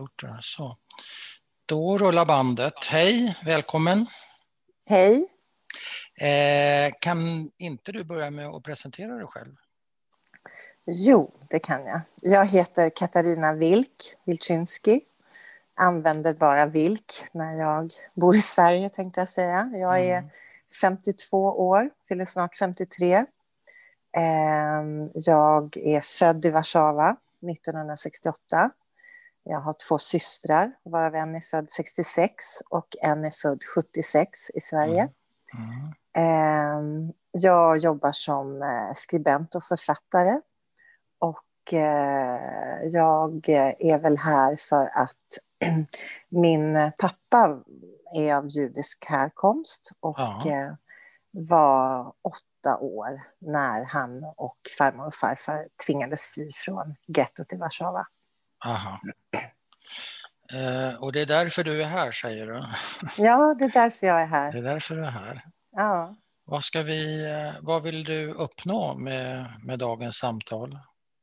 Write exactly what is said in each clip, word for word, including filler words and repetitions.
gjort det. Så. Då rullar bandet. Hej, välkommen. Hej. Eh, kan inte du börja med att presentera dig själv? Jo, det kan jag. Jag heter Katarina Wilk, Wilczynski. Använder bara Wilk när jag bor i Sverige, tänkte jag säga. Jag är Mm. femtiotvå år, fyller snart femtiotre. Eh, jag är född i Warszawa nittonhundrasextioåtta. Jag har två systrar, varav en är född sextiosex och en är född sjuttiosex i Sverige. Mm. Mm. Eh, jag jobbar som skribent och författare. Och eh, jag är väl här för att min pappa är av judisk härkomst och Ja. eh, var åtta år när han och farmor och farfar tvingades fly från gettot i Warszawa. Aha. Eh, och det är därför du är här, säger du? Ja, det är därför jag är här. Det är därför du är här. Ja. Vad ska vi, eh, vad vill du uppnå med, med dagens samtal?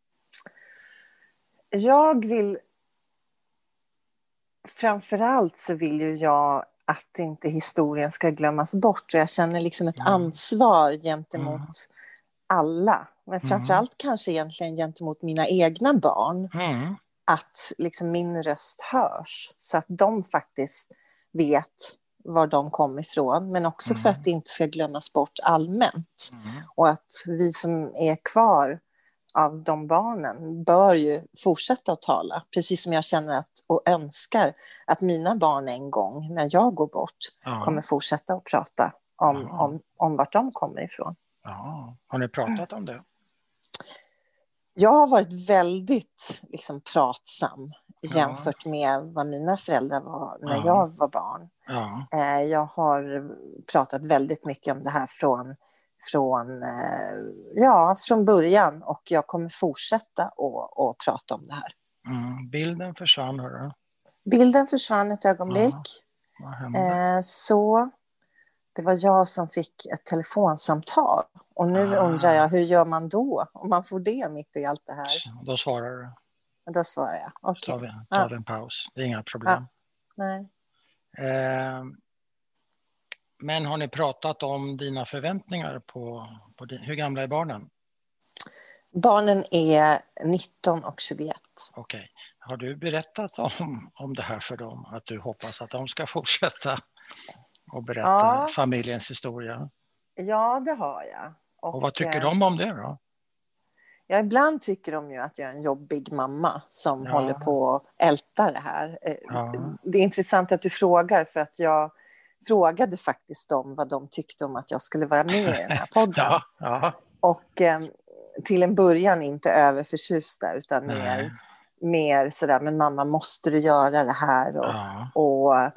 Jag vill... Framförallt så vill ju jag att inte historien ska glömmas bort. Och jag känner liksom ett Mm. ansvar gentemot Mm. alla. Men Mm. framförallt kanske egentligen gentemot mina egna barn. Mm. Att liksom min röst hörs. Så att de faktiskt vet var de kommer ifrån. Men också Mm. för att det inte ska glömmas bort allmänt. Mm. Och att vi som är kvar av de barnen bör ju fortsätta att tala. Precis som jag känner att, och önskar att mina barn en gång när jag går bort Ja. kommer fortsätta att prata om, Ja. om, om vart de kommer ifrån. Ja. Har ni pratat om det? Jag har varit väldigt liksom, pratsam Ja. jämfört med vad mina föräldrar var när Ja. jag var barn. Ja. Eh, jag har pratat väldigt mycket om det här från, från, eh, ja, från början och jag kommer fortsätta att, att prata om det här. Mm. Bilden försvann, hörru. Bilden försvann ett ögonblick. Ja. Vad hände? Eh, så det var jag som fick ett telefonsamtal. Och nu Ah. undrar jag, hur gör man då? Om man får det mitt i allt det här. Då svarar du. Då svarar jag, okej. Så tar vi, tar vi en paus. Det är inga problem. Ja. Nej. Eh, men har ni pratat om dina förväntningar på, på din, hur gamla är barnen? Barnen är nitton och tjugoett. Okej. Har du berättat om, om det här för dem? Att du hoppas att de ska fortsätta och berätta Ja. familjens historia? Ja, det har jag. Och, Och vad tycker eh, de om det då? Ja, ibland tycker de ju att jag är en jobbig mamma som Ja. håller på att älta det här. Eh, Ja. Det är intressant att du frågar för att jag frågade faktiskt dem vad de tyckte om att jag skulle vara med i den här podden. Ja, ja. Och eh, till en början inte överförtjusta utan Nej. mer, mer sådär, men mamma måste du göra det här och, Ja. och eh,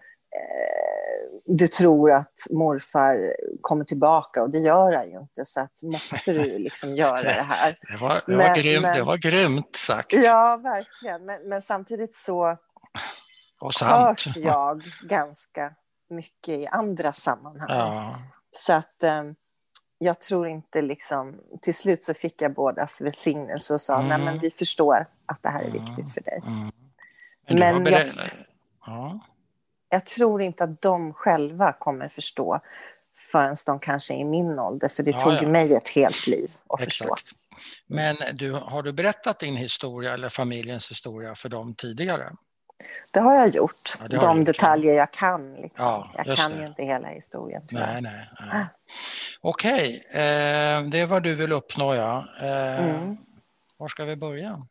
du tror att morfar kommer tillbaka och det gör han ju inte, så att måste du liksom göra det här. Det var, det Men- var, grym, men- det var grymt sagt. Ja, verkligen. Men, men samtidigt så Och sant. hörs jag ganska mycket i andra sammanhang. Ja. Så att eh, jag tror inte liksom... Till slut så fick jag bådas välsignelse och sa Mm. nej men vi förstår att det här är Mm. viktigt för dig. Mm. Men, du Men har jag, berä- ja. jag tror inte att de själva kommer förstå förrän de kanske är i min ålder. För det Ja, tog ja. ju mig ett helt liv att förstå. Exakt. Men du, har du berättat din historia eller familjens historia för dem tidigare? Det har jag gjort. Ja, det har de du gjort, detaljer jag kan. Liksom. Ja, jag just kan det. ju inte hela historien, tyvärr. Nej, nej. nej. Okej, eh, det är vad du vill uppnå, ja. Eh, Mm. Var ska vi börja?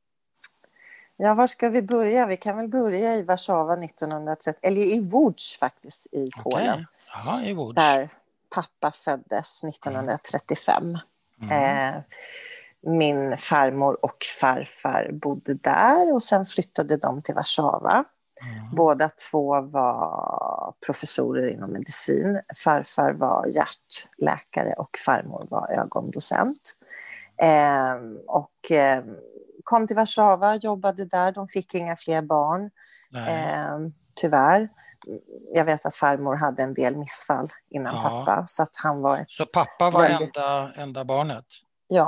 Ja, var ska vi börja? Vi kan väl börja i Warszawa nittonhundratrettio, eller i Łódź faktiskt, i Polen. Okej, ja, i Łódź. Där pappa föddes nittonhundratrettiofem. Mm. Eh, min farmor och farfar bodde där och sen flyttade de till Warszawa. Mm. Båda två var professorer inom medicin. Farfar var hjärtläkare och farmor var ögondocent. Eh, och eh, kom till Warszawa, jobbade där. De fick inga fler barn, eh, tyvärr. Jag vet att farmor hade en del missfall innan Ja. pappa. Så att han var ett... Så pappa var väldigt... enda, enda barnet? Ja.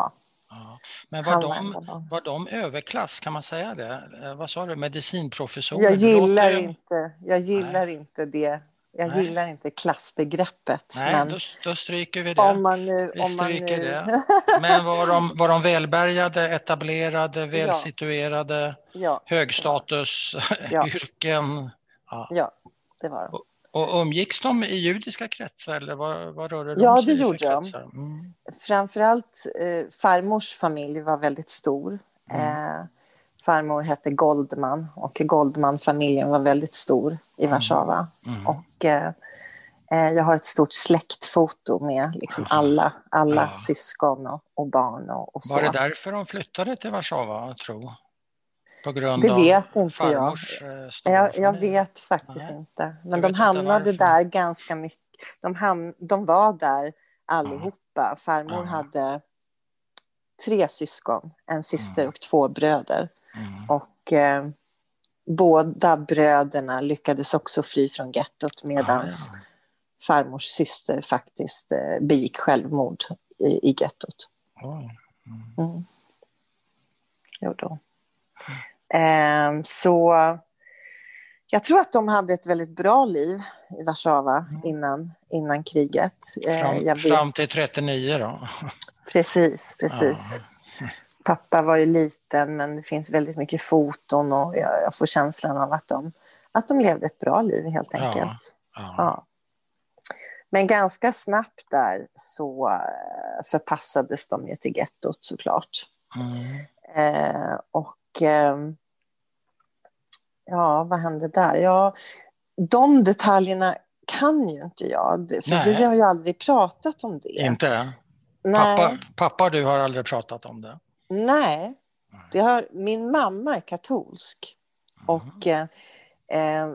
Ja. Men var Halva de, enda barn. var de överklass, kan man säga det? Eh, vad sa du, medicinprofessorer? Jag Det låter gillar ju... inte, jag gillar Nej, inte det. Jag nej, gillar inte klassbegreppet. nej, Men då, då stryker vi det. om man nu, Vi om man stryker nu, det. Men var de, var de välbärgade, etablerade, ja, välsituerade, ja, det var det. Ja, högstatusyrken? Ja. ja, det var de. Och, och umgicks de i judiska kretsar eller vad, vad rörde de Ja, det sig i för gjorde de. kretsar? Mm. Framförallt eh, farmors familj var väldigt stor. Mm. Eh, farmor hette Goldman och Goldman-familjen var väldigt stor i Mm. Warszawa. Mm. Och eh, eh, jag har ett stort släktfoto med liksom Aha. alla, alla Ja. syskon och, och barn och, och Var det så. därför de flyttade till Warszawa, tro? På grund Det av vet inte jag. farmors eh, stora Jag, jag familj? vet faktiskt Nej, inte. du Men de vet inte hamnade varför? där ganska mycket. De, ham- de var där Ja, allihopa. Farmor ja, hade tre syskon, en syster mm, och två bröder. mm. Och eh, båda bröderna lyckades också fly från gettot Ja, medan ja. farmors syster faktiskt eh, begick självmord i, i gettot. Oj. Mm. Mm. Jo då. Eh, så jag tror att de hade ett väldigt bra liv i Warszawa Mm. innan, innan kriget. Eh, Fram, jag vet, fram till trettionio då? precis, Ja. precis. Pappa var ju liten, men det finns väldigt mycket foton och jag, jag får känslan av att de, att de levde ett bra liv helt Ja, enkelt. ja. Ja. Men ganska snabbt där så eh, förpassades de ju till gettot såklart. Mm. Eh, och eh, ja, vad hände där? Ja, de detaljerna kan ju inte jag, för Nej, vi har ju aldrig pratat om det. inte? Pappa, Nej, pappa och du har aldrig pratat om det? nej. Det har, min mamma är katolsk. Mm. Och eh, eh,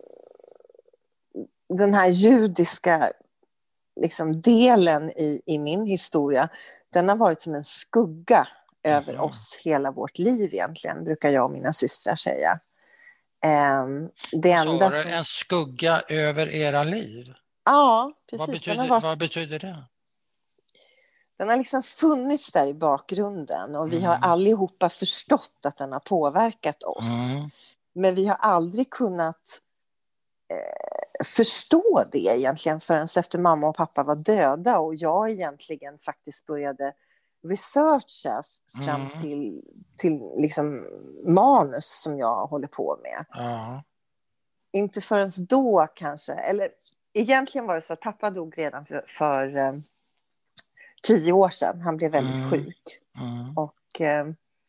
den här judiska liksom, delen i, i min historia, den har varit som en skugga över Mm. oss hela vårt liv egentligen, brukar jag och mina systrar säga. Eh, det Vad enda sa du? som... En skugga över era liv? Ja, Vad precis. Den har, betyder, varit, vad betyder det? den har liksom funnits där i bakgrunden och vi har Mm. allihopa förstått att den har påverkat oss. Mm. Men vi har aldrig kunnat eh, förstå det egentligen förrän efter mamma och pappa var döda och jag egentligen faktiskt började researcha fram Mm. till, till liksom manus som jag håller på med. Ja. Inte förrän då kanske, eller egentligen var det så att pappa dog redan för, för eh, tio år sedan. Han blev väldigt Mm. sjuk. Mm. Och eh,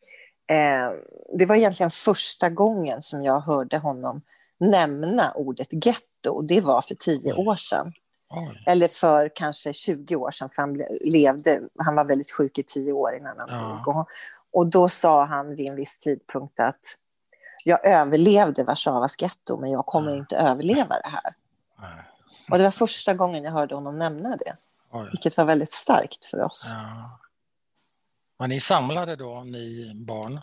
eh, det var egentligen första gången som jag hörde honom nämna ordet getto. Det var för tio Oj. år sedan. Oj. Eller för kanske tjugo år sedan, för han levde, han var väldigt sjuk i tio år innan han Ja. dog. Och, och då sa han vid en viss tidpunkt att jag överlevde Warszawas getto, men jag kommer Ja. inte överleva det här. Nej. Och det var första gången jag hörde honom nämna det. Oj. Vilket var väldigt starkt för oss. Ja. Var ni samlade då, ni barn?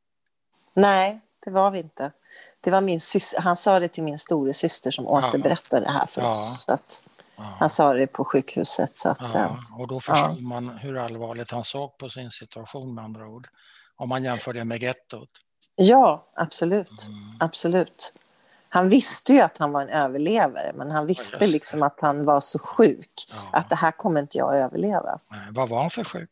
Nej, det var vi inte. Det var min syster, han sa det till min store syster som Ja. återberättade det här för Ja. oss. Så att Ja. han sa det på sjukhuset. Så att, Ja. Och då förstod ja. man hur allvarligt han såg på sin situation, med andra ord. Om man jämför det med gettot. Ja, absolut. Mm. Absolut. Han visste ju att han var en överlevare, men han visste Ja, liksom att han var så sjuk. Ja. Att det här kommer inte jag att överleva. Nej, vad var han för sjuk?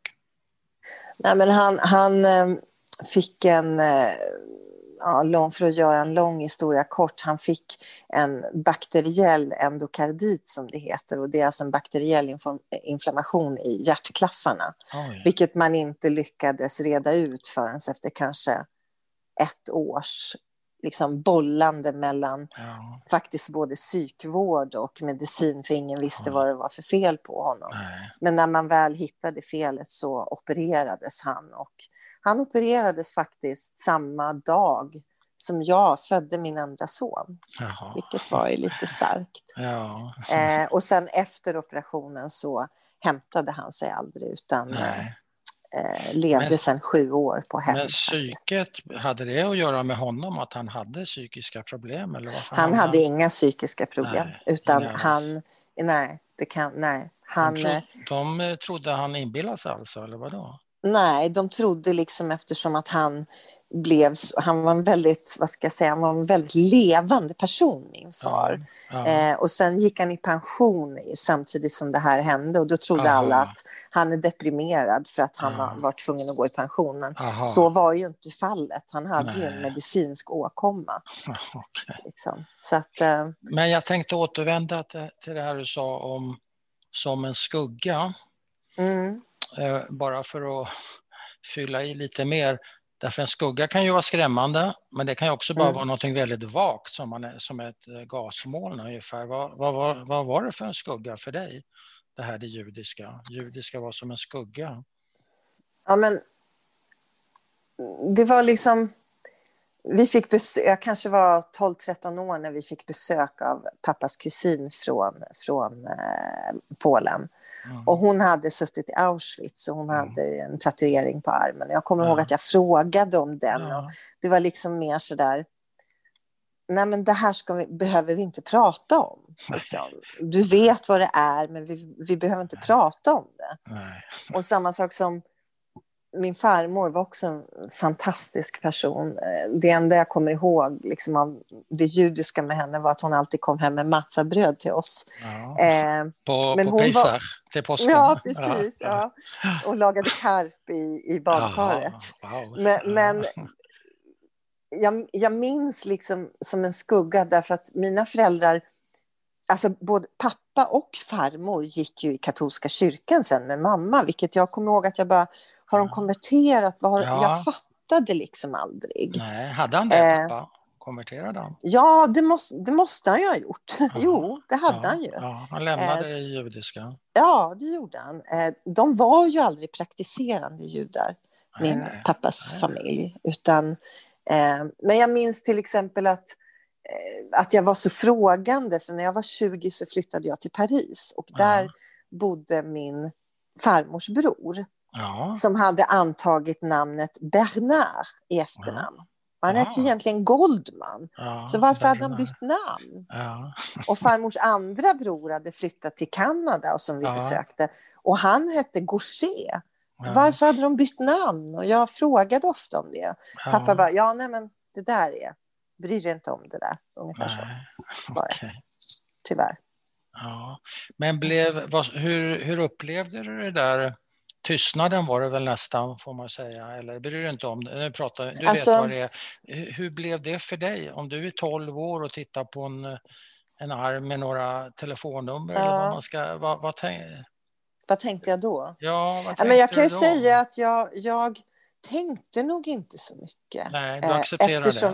Nej, men han, han eh, fick en, eh, ja, lång, för att göra en lång historia kort, han fick en bakteriell endokardit som det heter. Och det är alltså en bakteriell inform- inflammation i hjärtklaffarna. Oj. Vilket man inte lyckades reda ut förrän efter kanske ett års liksom bollande mellan Ja. faktiskt både psykvård och medicin, för ingen visste Oj. vad det var för fel på honom. Nej. Men när man väl hittade felet så opererades han, och han opererades faktiskt samma dag som jag födde min andra son. Jaha. Vilket var ju lite starkt. Ja. Eh, och sen efter operationen så hämtade han sig aldrig, utan Nej. eh, levde Men- sen sju år på hem. Men faktiskt. psyket, hade det att göra med honom, att han hade psykiska problem? Eller varför Han hade inga psykiska problem, Nej, utan inga alls. han, nej, det kan, nej, han, de, tro, de trodde han inbillade sig alltså, eller vadå? Nej, de trodde liksom eftersom att han blev, han var en väldigt, vad ska jag säga, han var en väldigt levande person, min Ja, far. ja, Eh, och sen gick han i pension samtidigt som det här hände och då trodde alla aha, att han är deprimerad för att han har ja, varit tvungen att gå i pension. Men aha, så var ju inte fallet. Han hade ju en nej, medicinsk åkomma. okej. Liksom. Så att, eh, Men jag tänkte återvända till, till det här du sa om som en skugga, mm, eh, bara för att fylla i lite mer. Därför en skugga kan ju vara skrämmande, men det kan ju också bara mm. vara något väldigt vagt som, man är, som ett eh, gasmoln ungefär. Vad, vad, vad, vad var det för en skugga för dig? Det här det judiska. Judiska var som en skugga. Ja, men det var liksom... Vi fick besök, jag kanske var tolv tretton år när vi fick besök av pappas kusin från, från eh, Polen. Mm. Och hon hade suttit i Auschwitz och hon Mm. hade en tatuering på armen. Jag kommer Ja. ihåg att jag frågade om den Ja. och det var liksom mer sådär, nej men det här ska vi, behöver vi inte prata om. Liksom. Du vet vad det är men vi, vi behöver inte prata om det. Nej. Och samma sak som min farmor var också en fantastisk person. Det enda jag kommer ihåg liksom, av det judiska med henne var att hon alltid kom hem med matzabröd till oss. Ja. Eh, På, men på hon Pesach, var... till påsken. Ja, precis. Ja. Ja. Och lagade karp i, i badkaret. Jaha, wow. Men, Ja. men jag, jag minns liksom som en skugga därför att mina föräldrar, alltså både pappa och farmor gick ju i katolska kyrkan sen med mamma, vilket jag kommer ihåg att jag bara, har de konverterat? Vad har, Ja. Jag fattade liksom aldrig. Nej, hade han det, Eh, pappa? Konverterade han? ja, det måste, det måste han ju ha gjort. Ja. Jo, det hade Ja. han ju. Ja, han lämnade Eh, det judiska. Ja, det gjorde han. Eh, de var ju aldrig praktiserande judar, Nej, min nej. pappas Nej. familj. Utan, eh, men jag minns till exempel att, eh, att jag var så frågande. För när jag var tjugo så flyttade jag till Paris. Och där Ja. bodde min farmors bror. Ja. Som hade antagit namnet Bernard i efternamn. Han hette ju Ja. egentligen Goldman. Ja, Så varför hade han Bernard. bytt namn? Ja. Och farmors andra bror hade flyttat till Kanada och som vi Ja. besökte. Och han hette Gaucher. Ja. Varför hade de bytt namn? Och jag frågade ofta om det. Ja. Pappa bara, ja nej men det där är, bry dig inte om det där. Ungefär så, Nej. bara, Okej. tyvärr. Ja. Men blev, vad, hur, hur upplevde du det där? Tystnaden var det väl nästan, får man säga, eller bryr du dig inte om det? Nu pratar, du Alltså- vet vad det är. Hur, hur blev det för dig? Om du är tolv år och tittar på en, en arm med några telefonnummer, eller Ja. vad man ska, vad, vad tänk, Vad tänkte jag då? ja, vad Ja, tänkte men jag kan ju du då? säga att jag, jag tänkte nog inte så mycket. Nej, du Eh, accepterar eftersom, det?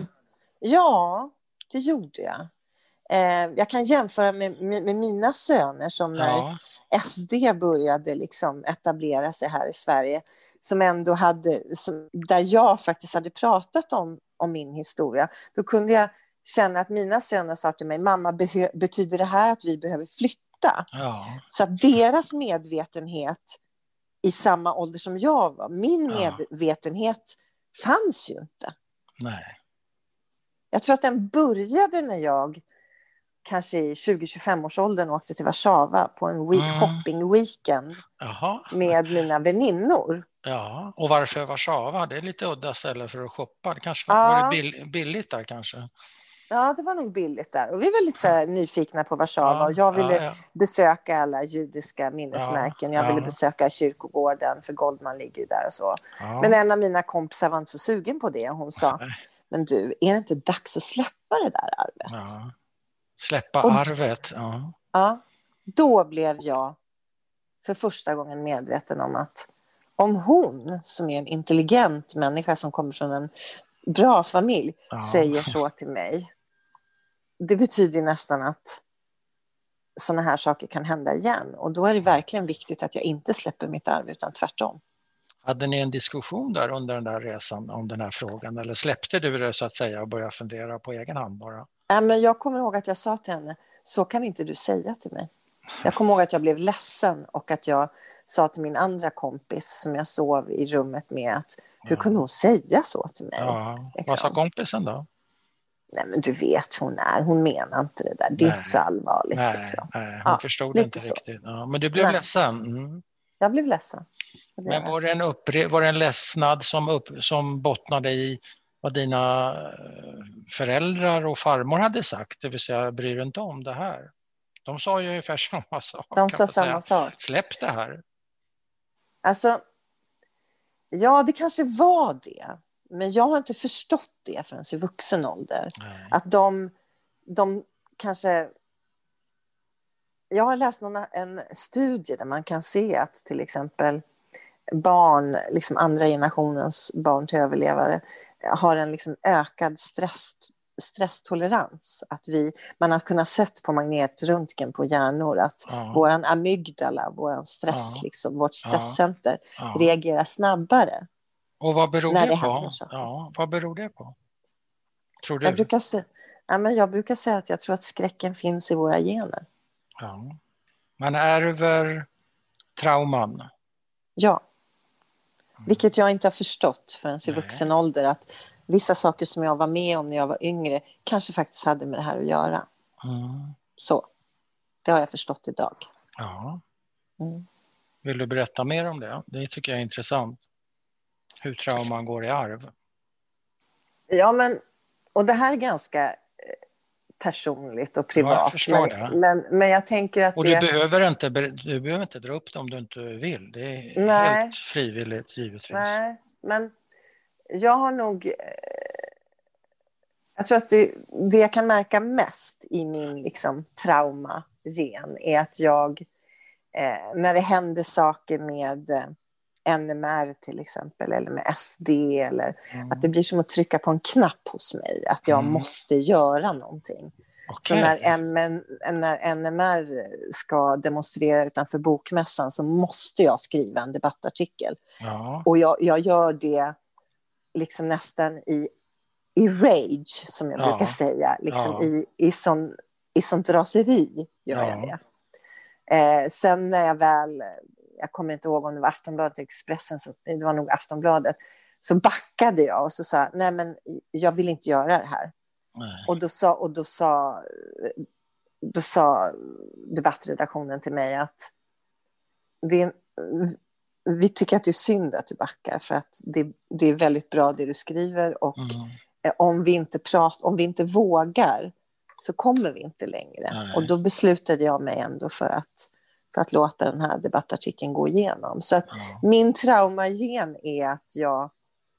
Ja, det gjorde jag. Eh, jag kan jämföra med, med, med mina söner som när Ja, S D började liksom etablera sig här i Sverige, som ändå hade, som, där jag faktiskt hade pratat om, om min historia, då kunde jag känna att mina söner sa till mig, mamma, behö, betyder det här att vi behöver flytta? ja, Så att deras medvetenhet i samma ålder som jag var, min Ja. medvetenhet fanns ju inte. nej. Jag tror att den började när jag kanske i tjugo till tjugofem års åldern åkte till Warszawa på en week, Mm. shopping weekend Jaha, med mina väninnor. ja. Och varför Warszawa? Det är lite udda ställe för att shoppa. Det kanske Ja. var det bill, billigt där kanske? Ja, det var nog billigt där. Och vi var lite så här nyfikna på Warszawa. Ja, Och jag ville ja, ja. besöka alla judiska minnesmärken. Ja, Jag ville ja. besöka kyrkogården, för Goldman ligger ju där och så. Ja. Men en av mina kompisar var inte så sugen på det. Hon sa, Nej. men du, är det inte dags att släppa det där arvet? Ja. Släppa Och- arvet. Ja. Ja, då blev jag för första gången medveten om att om hon, som är en intelligent människa som kommer från en bra familj, Ja. säger så till mig, det betyder nästan att sådana här saker kan hända igen. Och då är det verkligen viktigt att jag inte släpper mitt arv, utan tvärtom. Hade ni en diskussion där under den där resan om den här frågan? Eller släppte du det så att säga och började fundera på egen hand bara? Äh, men jag kommer ihåg att jag sa till henne, så kan inte du säga till mig. Jag kommer ihåg att jag blev ledsen och att jag sa till min andra kompis som jag sov i rummet med att hur Ja. kunde hon säga så till mig? Ja. liksom. Vad sa kompisen då? Nej, men du vet hon är, hon menar inte det där, det är Nej. inte så allvarligt. Nej, liksom. nej hon Ja, förstod lite inte så. riktigt. Ja, men du blev Nej. ledsen? Mm. Jag blev ledsen. Men var det en, uppre- var det en ledsnad som, upp, som bottnade i vad dina föräldrar och farmor hade sagt? Det vill säga, bryr du inte om det här? De sa ju ungefär samma sak. De kan sa man säga. samma sak. Släpp det här. Alltså, ja, det kanske var det. Men jag har inte förstått det förrän i vuxen ålder. Nej. Att de, de kanske... Jag har läst någon, en studie där man kan se att till exempel barn, liksom andra generationens barn till överlevare, har en liksom ökad stress, stresstolerans. Att vi, man har kunnat sett på magnetröntgen på hjärnor att Ja. våran amygdala, våran stress, Ja. liksom, vårt Ja. stresscenter Ja. reagerar snabbare. Och vad beror när det, det på? Ja, vad beror det på? Tror du? Jag brukar, se, ja, men jag brukar säga att jag tror att skräcken finns i våra gener. Ja. Man ärver trauman. Ja. Vilket jag inte har förstått förrän i vuxen ålder. Att vissa saker som jag var med om när jag var yngre kanske faktiskt hade med det här att göra. Mm. Så. Det har jag förstått idag. Ja. Mm. Vill du berätta mer om det? Det tycker jag är intressant. Hur trauman går i arv. Ja, men... Och det här är ganska personligt och privat. Ja, jag förstår men, det. Men, men jag tänker att och det... du behöver, inte, du behöver inte dra upp det om du inte vill. Det är Nej. helt frivilligt, givetvis. Nej, men jag har nog... Jag tror att det, det jag kan märka mest i min liksom, trauma-gen är att jag, eh, när det händer saker med eh, N M R till exempel, eller med S D, eller Mm. att det blir som att trycka på en knapp hos mig, att jag Mm. måste göra någonting. Okay. Så när, M N, när N M R ska demonstrera utanför bokmässan så måste jag skriva en debattartikel. Ja. Och jag, jag gör det liksom nästan i i rage, som jag ja. brukar säga. Liksom ja. i, i, sån, i sånt raseri gör ja. jag det. Eh, sen när jag väl, jag kommer inte ihåg om det var Aftonbladet, Expressen, så, det var nog Aftonbladet, så backade jag och så sa nej men jag vill inte göra det här. Nej. Och då sa, och då sa, då sa debattredaktionen till mig att det är, vi tycker att det är synd att du backar, för att det, det är väldigt bra det du skriver, och Mm. om vi inte pratar, om vi inte vågar, så kommer vi inte längre. Nej. Och då beslutade jag mig ändå för att, för att låta den här debattartikeln gå igenom. Så att Ja. min traumagen är att jag,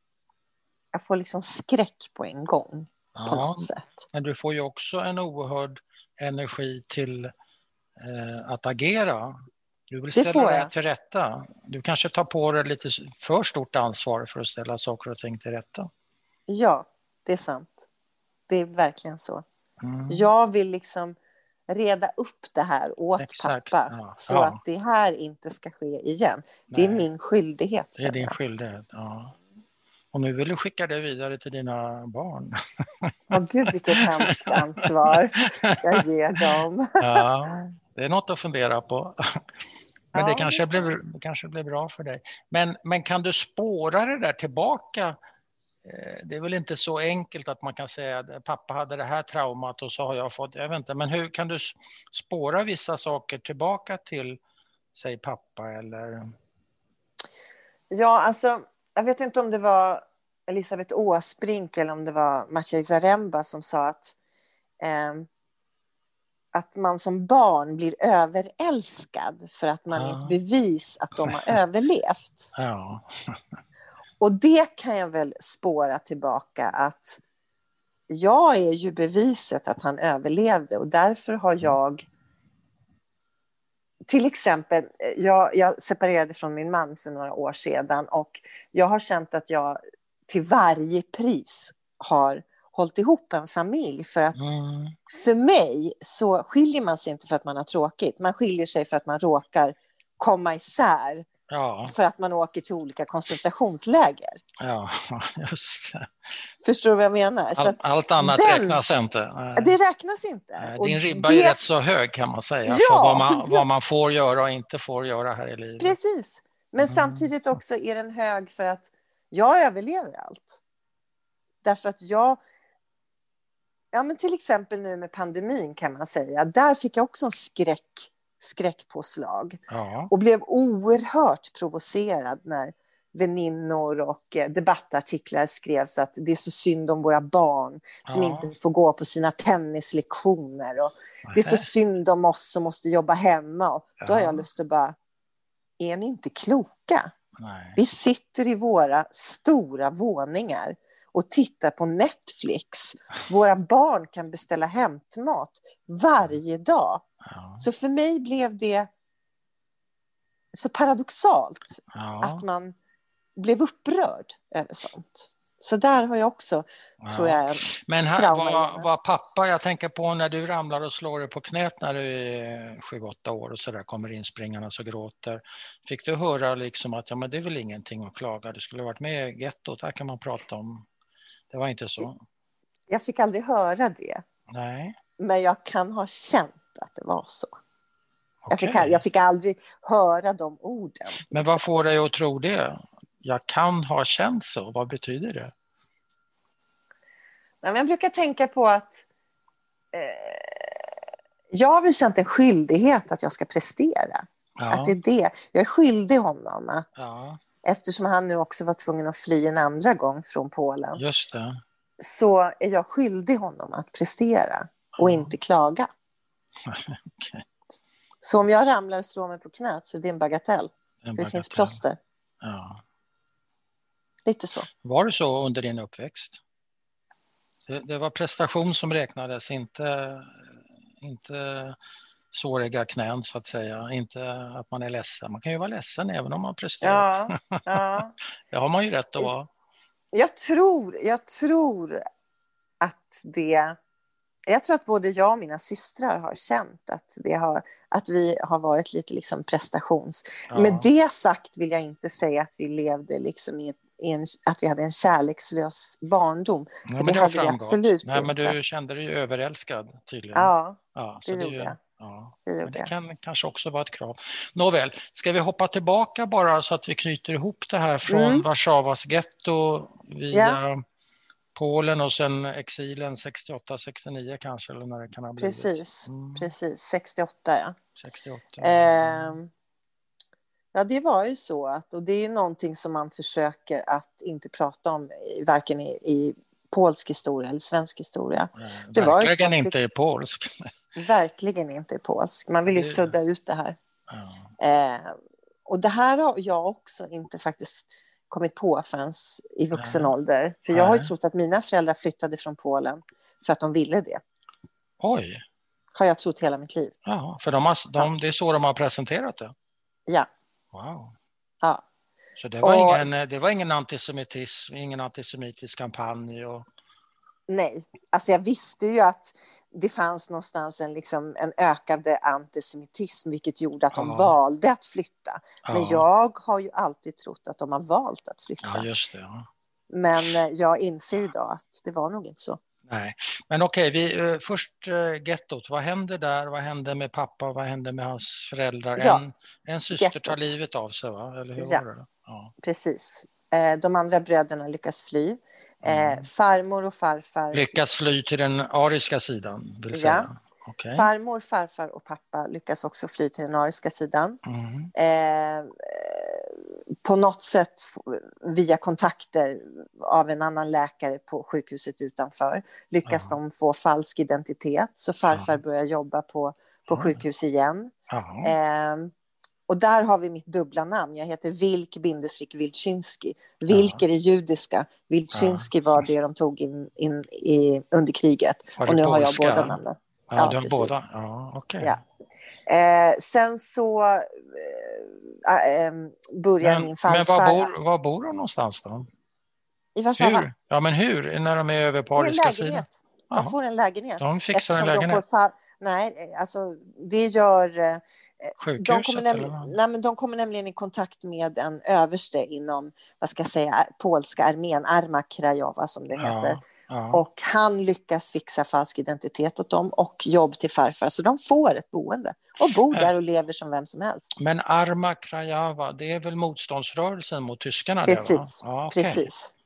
jag får liksom skräck på en gång. Ja. På något sätt. Men du får ju också en oerhörd energi till eh, att agera. Du vill ställa det till rätta. Du kanske tar på dig lite för stort ansvar för att ställa saker och ting till rätta. Ja, det är sant. Det är verkligen så. Mm. Jag vill liksom reda upp det här åt Exakt. pappa. Ja. Så Ja. att det här inte ska ske igen. Nej. Det är min skyldighet. Det är din jag. skyldighet, ja. Och nu vill du skicka det vidare till dina barn. Åh gud, vilket hemskt ansvar jag ger dem. Ja, det är något att fundera på. Men Ja, det kanske det blir, kanske blir bra för dig. Men, men kan du spåra det där tillbaka? Det är väl inte så enkelt att man kan säga att pappa hade det här traumat och så har jag fått, jag vet inte, men hur kan du spåra vissa saker tillbaka till, säg pappa eller? Ja, alltså, jag vet inte om det var Elisabeth Åsbrink eller om det var Maciej Zaremba som sa att, eh, att man som barn blir överälskad för att man Ja. är ett bevis att de har överlevt. Ja. Och det kan jag väl spåra tillbaka, att jag är ju beviset att han överlevde, och därför har jag till exempel, jag, jag separerade från min man för några år sedan, och jag har känt att jag till varje pris har hållit ihop en familj, för att Mm. för mig så skiljer man sig inte för att man har tråkigt, man skiljer sig för att man råkar komma isär. Ja. För att man åker till olika koncentrationsläger. Ja, just det. Förstår du vad jag menar? All, så allt annat den, räknas inte. Nej. Det räknas inte. Nej, och din ribba det, är rätt så hög, kan man säga. Ja, för vad man, ja. vad man får göra och inte får göra här i livet. Precis. Men Mm. samtidigt också är den hög för att jag överlever allt. Därför att jag... Ja, men till exempel nu med pandemin kan man säga. Där fick jag också en skräck skräckpåslag. Ja. Och blev oerhört provocerad när väninnor och eh, debattartiklar skrevs att det är så synd om våra barn som Ja. inte får gå på sina tennislektioner. Och det är så Nähä. synd om oss som måste jobba hemma. Och då har Ja. jag lust att bara, är ni inte kloka? Nej. Vi sitter i våra stora våningar och tittar på Netflix. Våra barn kan beställa hämtmat varje dag. Ja. Så för mig blev det så paradoxalt Ja. att man blev upprörd över sånt. Så där har jag också, Ja. tror jag, en Men här, trauma var, inne. var pappa, jag tänker på när du ramlar och slår dig på knät när du är sju åtta år och så där kommer in springarna och gråter. Fick du höra liksom att ja, men det är väl ingenting att klaga, du skulle ha varit med i gettot, här kan man prata om. Det var inte så? Jag fick aldrig höra det. Nej. Men jag kan ha känt att det var så. Jag Okej. fick, jag fick aldrig höra de orden. Men vad får dig att tro det? Jag kan ha känt så, vad betyder det? Nej, men jag brukar tänka på att eh, jag har väl känt en skyldighet att jag ska prestera. Ja. Att det är det. Jag är skyldig honom att, Ja, eftersom han nu också var tvungen att fly en andra gång från Polen, just det. så är jag skyldig honom att prestera och Ja. inte klaga. Okej. Så om jag ramlar och slår mig på knät så är det en bagatell. En Det finns bagatell. plåster. Ja. Lite så. Var det så under din uppväxt? Det, det var prestation som räknades, inte, inte såriga knän så att säga. Inte att man är ledsen. Man kan ju vara ledsen även om man presterar. Ja, ja. Det har man ju rätt att vara. Jag tror, jag tror att det... Jag tror att både jag och mina systrar har känt att, det har, att vi har varit lite liksom prestations. Ja. Med det sagt vill jag inte säga att vi levde liksom i, i en, att vi hade en kärlekslös barndom. Ja, För men det, det har hade vi framgått. absolut Nej, men inte. du kände dig överälskad tydligen. Ja, Ja, så det det är gjorde ju- jag. Ja. Det Men gjorde det jag. kan kanske också vara ett krav. Nåväl, ska vi hoppa tillbaka bara så att vi knyter ihop det här från Mm. Warszawas getto via Ja. Polen och sen exilen sextioåtta sextionio kanske, eller när det kan ha blivit. Precis, Mm, precis. sextioåtta, ja. sextioåtta. Ehm, ja, det var ju så att, och det är ju någonting som man försöker att inte prata om, i- varken i, i polsk historia eller svensk historia. Nej, det var ju så verkligen att det- inte i polsk. Verkligen inte i polsk. Man vill ju Det- sudda ut det här. Ja. Eh, och det här har jag också inte faktiskt kommit på förrän i vuxen Nej. ålder. För jag har ju Nej. trott att mina föräldrar flyttade från Polen för att de ville det. Oj, Har jag trott hela mitt liv. ja, för de har, de, det är så de har presenterat det. Ja, Wow. ja. Så det var, Och- ingen, det var ingen antisemitism, ingen antisemitisk kampanj. Och, Nej, alltså jag visste ju att det fanns någonstans en, liksom, en ökande antisemitism, vilket gjorde att de Ja. valde att flytta. Men ja, jag har ju alltid trott att de har valt att flytta. ja, just det. Ja. Men eh, jag inser ju idag att det var nog inte så. Nej, men okej, vi, eh, först eh, gettot. Vad hände där? Vad hände med pappa? Vad hände med hans föräldrar? Ja, en, en syster tar gettot. livet av sig, va? Eller hur Ja. var det? Ja. Precis. Eh, de andra bröderna lyckas fly. Eh, Mm. farmor och farfar. Lyckats fly till den ariska sidan, vill Ja. säga. Okej. Farmor, farfar och pappa lyckas också fly till den ariska sidan. Mm. Eh, på något sätt via kontakter av en annan läkare på sjukhuset utanför lyckas Ja. de få falsk identitet. Så farfar Ja. börjar jobba på, på Ja. sjukhus igen. Jaha. Eh, och där har vi mitt dubbla namn. Jag heter Wilk Bindestreck Wilczynski. Wilk Ja. är det judiska. Wilczynski var det de tog in, in i, under kriget. Var Och det nu har jag polska? båda namnen. Ja, ja, du har precis. båda? Ja, okej. Ja. Eh, sen så eh, äh, börjar Men, min men farfar var, bor, var bor de någonstans då? i Warszawa. Hur? Ja, men hur? När de är över på I en ariska sidan? lägenhet. De Jaha. får en lägenhet. De fixar en Eftersom de lägenhet. får fa- Nej, alltså det gör... Eh, de, Sjukhuset kommer eller näm- vad? nej, men de kommer nämligen i kontakt med en överste inom, vad ska jag säga, polska armén, Arma Krajowa som det heter. Ja, ja. Och han lyckas fixa falsk identitet åt dem och jobb till farfar. Så de får ett boende och bor Ja. där och lever som vem som helst. Men Arma Krajowa, det är väl motståndsrörelsen mot tyskarna? Det, va? Precis, Ja, okej. precis.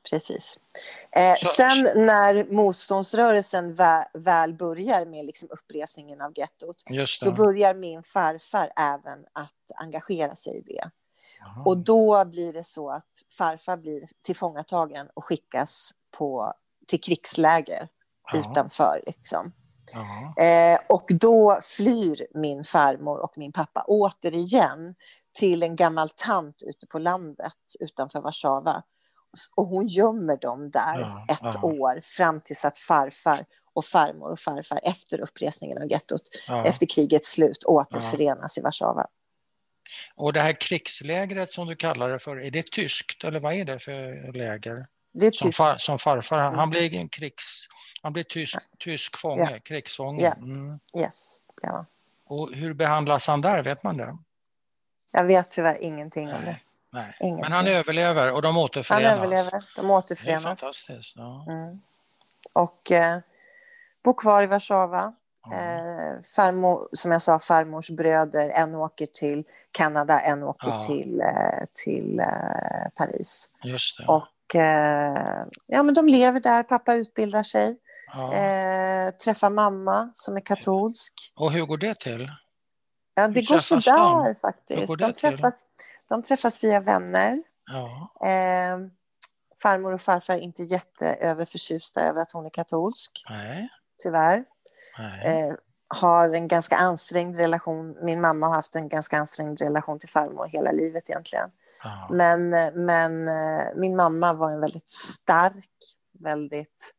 precis. Eh, Så, sen när motståndsrörelsen vä- väl börjar med liksom uppresningen av gettot, just då det. börjar min farfar även att engagera sig i det. Jaha. Och då blir det så att farfar blir tillfångatagen och skickas på, till krigsläger Ja. utanför. Liksom. Ja. Eh, och då flyr min farmor och min pappa återigen till en gammal tant ute på landet utanför Warszawa. Och hon gömmer dem där Ja, ett ja. år fram tills att farfar och farmor och farfar efter uppresningen av gettot, Ja. efter krigets slut, återförenas i Warszawa. Och det här krigslägret som du kallar det för, är det tyskt eller vad är det för läger? Det är Som, tyskt. far, som farfar, han Mm. blir en krigs, han blir tysk, tysk fånge, Ja. krigsfånge. Ja. Mm. Yes. Ja. Och hur behandlas han där, vet man det? Jag vet tyvärr ingenting om det. Nej, nej. Ingenting. Men han överlever och de återförenas. Han överlever, de Det är återförenas. fantastiskt. Ja. Mm. Och eh, bor kvar i Warszawa. Ja. Eh, farmor, som jag sa, farmors bröder, en åker till Kanada, en åker Ja. till, eh, till eh, Paris. Just det. Och eh, ja, men de lever där, pappa utbildar sig, Ja. eh, träffar mamma som är katolsk. Och hur går det till? Ja, det Hur går träffas sådär de? faktiskt. Hur går det De träffas, de träffas via vänner. Ja. Eh, farmor och farfar är inte jätteöverförtjusta över att hon är katolsk, Nej. tyvärr. Nej. Eh, har en ganska ansträngd relation. Min mamma har haft en ganska ansträngd relation till farmor hela livet egentligen. Ja. Men, men eh, min mamma var en väldigt stark, väldigt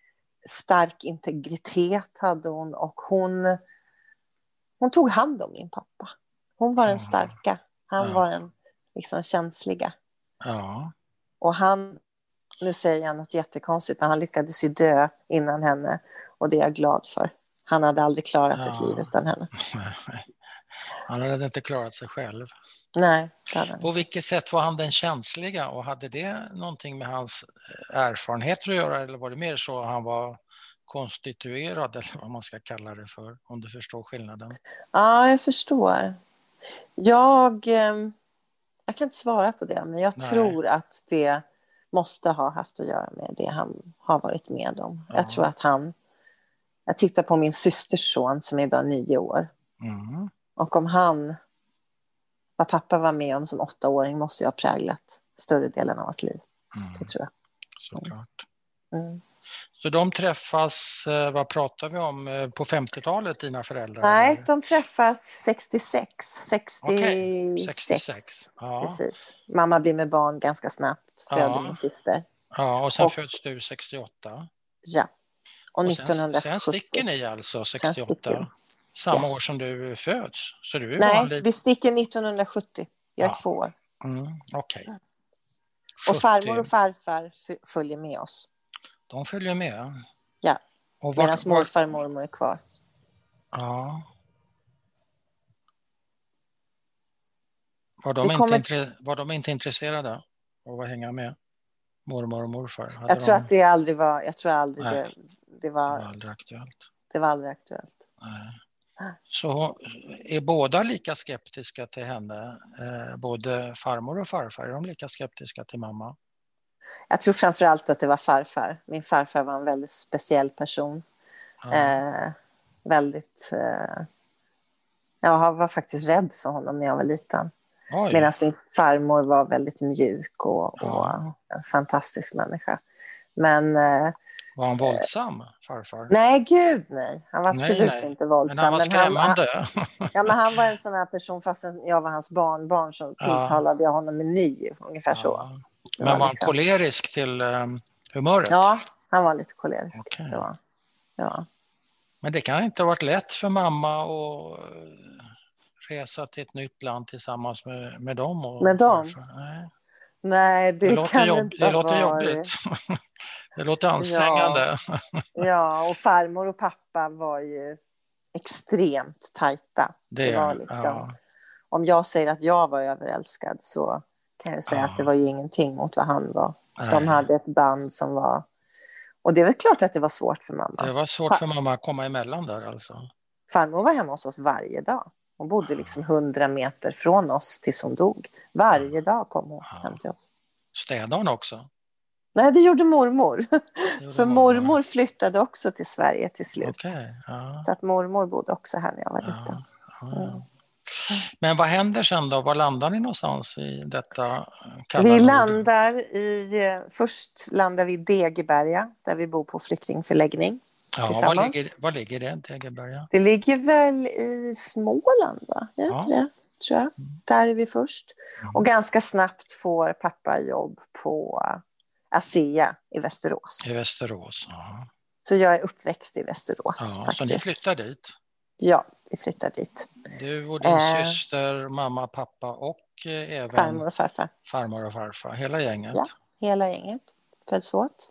stark integritet hade hon, och hon, hon tog hand om min pappa. Hon var den starka. Han Ja. var den liksom känsliga. Ja. Och han, nu säger jag något jättekonstigt, men han lyckades ju dö innan henne, och det är jag glad för. Han hade aldrig klarat Ja. ett liv utan henne. Han hade inte klarat sig själv. Nej, det hade han På inte. vilket sätt var han den känsliga, och hade det någonting med hans erfarenheter att göra, eller var det mer så han var konstituerad, eller vad man ska kalla det för, om du förstår skillnaden? Ja, jag förstår. Jag, eh, jag kan inte svara på det, men jag Nej. tror att det måste ha haft att göra med det han har varit med om. Ja. Jag tror att han... Jag tittar på min systers son som är idag nio år. Mm. Och om han, vad pappa var med om som åttaåring, måste jag ha präglat större delen av hans liv. Mm. Det tror jag. Såklart. Mm. Så de träffas, eh, vad pratar vi om, eh, på femtiotalet, dina föräldrar? Nej, eller? de träffas sextiosex. sextiosex. Okej, sextiosex. Ja. Precis. Mamma blir med barn ganska snabbt, föder Ja. min syster. Ja, och sen Och- föds du sextioåtta. Ja. Och, Och sen, nittonhundrasjuttio. sen sticker ni alltså sticker sextioåtta, vi. samma Yes. år som du föds. Så du är Nej, vanlig. vi sticker nittonhundrasjuttio. Jag är Ja. två år. Mm, Okej. Och farmor sjuttio, och farfar f- följer med oss. de följer med. Ja, Och medan vart, vart, morfar och mormor är kvar. ja. Var de, Vi inte kommer- intre, var de inte intresserade av att hänga med? Mormor och morfar? Hade Jag tror de, att det aldrig var, jag tror aldrig Nej. det, det, det var var, aldrig aktuellt. det var aldrig aktuellt. Nej. Så är båda lika skeptiska till henne? Eh, både farmor och farfar, är de lika skeptiska till mamma? Jag tror framförallt att det var farfar. Min farfar var en väldigt speciell person. Ja. Eh, väldigt... Eh, jag var faktiskt rädd för honom när jag var liten. Oj. Medan min farmor var väldigt mjuk och, och Ja. en fantastisk människa. Men eh, Var han våldsam, farfar? nej, gud nej. Han var Nej, absolut nej. inte våldsam. Men han var skrämmande. Han, ja, men han var en sån här person, fast jag var hans barnbarn, så Ja. tilltalade jag honom med ny, ungefär så. Ja. Det Men var han liksom- kolerisk till um, humöret? Ja, han var lite kolerisk. Okej. Det var. Ja. Men det kan inte ha varit lätt för mamma att eh, resa till ett nytt land tillsammans med, med dem? Och Med dem? farfar. Nej. Nej, det, Det, låter, kan jobb, inte det ha låter varit. jobbigt. Det låter ansträngande. Ja, och farmor och pappa var ju extremt tajta. Det, var liksom, ja. om jag säger att jag var överälskad, så kan jag säga Ja. att det var ju ingenting mot vad han var. Nej. De hade ett band som var... Och det är väl klart att det var svårt för mamma. Det var svårt Far- för mamma att komma emellan där alltså. Farmor var hemma hos oss varje dag. Hon bodde liksom hundra meter från oss tills hon dog. Varje dag kom hon Ja. hem till oss. Städade hon också? Nej, det gjorde mormor. Det gjorde För mormor. mormor flyttade också till Sverige till slut. Okej, ja. Så att mormor bodde också här när jag var liten. Ja, ja, ja. Mm. Men vad händer sen då? Var landar ni någonstans i detta kalla Vi nord? landar i, eh, först landar vi i Degeberga där vi bor på flyktingförläggning Ja, var tillsammans. ligger, var ligger det, Degeberga? Det ligger väl i Småland, va? Är det Ja. inte det? Tror jag. Där är vi först. Mm. Och ganska snabbt får pappa jobb på ASEA i Västerås. I Västerås, ja. Så jag är uppväxt i Västerås Ja, faktiskt. så ni flyttar dit? Ja, vi flyttar dit. Du och din Eh. syster, mamma, pappa och eh, även Farmor och farfar. farmor och farfar, hela gänget? Ja, hela gänget följs åt.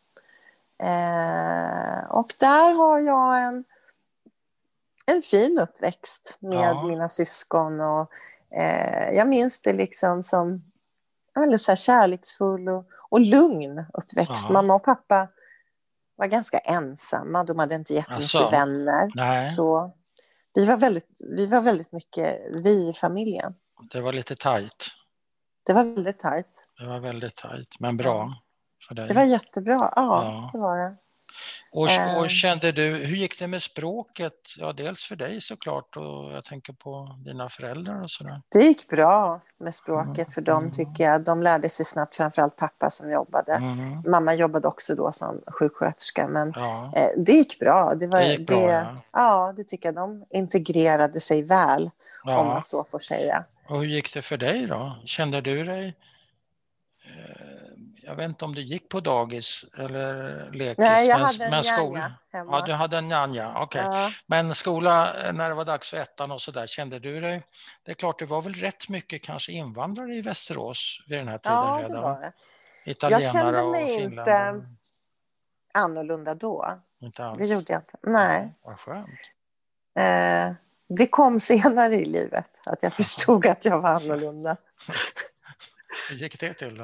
Eh, och där har jag en, en fin uppväxt med Ja. mina syskon. Och, eh, jag minns det liksom som väldigt så här kärleksfull och, och lugn uppväxt. Ja. Mamma och pappa var ganska ensamma. De hade inte jättemycket Alltså, vänner. nej. Så vi var, väldigt, vi var väldigt mycket vi i familjen. Det var lite tajt. Det var väldigt tajt. Det var väldigt tajt, men bra Ja. för dig. Det var jättebra, ja, Ja. det var det. Och, Eh. och kände du, hur gick det med språket? Ja, dels för dig såklart och jag tänker på dina föräldrar och sådär. Det gick bra med språket Mm. för dem Mm. tycker jag. De lärde sig snabbt, framförallt pappa som jobbade. Mm. Mamma jobbade också då som sjuksköterska, men Ja. eh, det gick bra. Det, var, Det gick bra, det, ja. ja, det tycker jag. De integrerade sig väl, Ja. om man så får säga. Och hur gick det för dig då? Kände du dig, eh, jag vet inte om du gick på dagis eller lekis? Nej, jag men, hade en men skol- njanja hemma. Ja, du hade en njanja, okej. Ja. Men skola, när det var dags för ettan och sådär, kände du dig? Det är klart, det var väl rätt mycket kanske invandrare i Västerås vid den här tiden Ja, redan? det var det. Italienare Jag kände och mig finländare. inte annorlunda då. Inte alls. Det gjorde jag inte. Nej. Vad skönt. Eh, det kom senare i livet att jag förstod att jag var annorlunda. Hur gick det till då?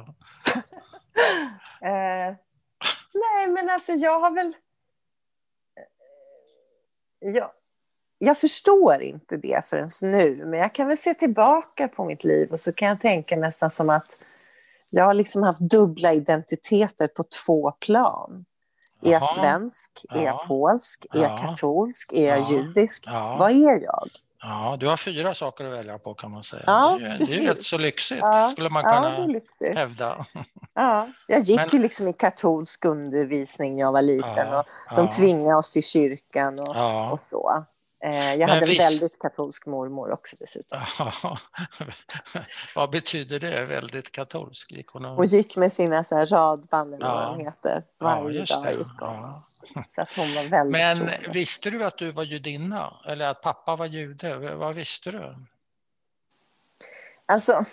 Eh, nej, men alltså jag har väl... Jag, jag förstår inte det förrän nu, men jag kan väl se tillbaka på mitt liv och så kan jag tänka nästan som att jag har liksom haft dubbla identiteter på två plan. Är jag Jaha. svensk? Är jag Ja. polsk? Är jag Ja. katolsk? Är jag Ja. judisk? Ja. Vad är jag? Ja, du har fyra saker att välja på kan man säga. Ja, det, är, det är precis. rätt så lyxigt, Ja. skulle man Ja, kunna det är lyxigt. hävda. Ja, jag gick Men- ju liksom i katolsk undervisning när jag var liten Ja, och de ja. tvingade oss till kyrkan och, Ja. och så. Eh, jag Men hade en visst- väldigt katolsk mormor också dessutom. Ja. Vad betyder det? Väldigt katolsk? Gick hon och... Och gick med sina så här radband eller Ja. vad de heter. Ja, Varje just dag det. gick hon. Ja. Så att hon var väldigt Men trogen. visste du att du var judinna? Eller att pappa var jude? Vad visste du? Alltså,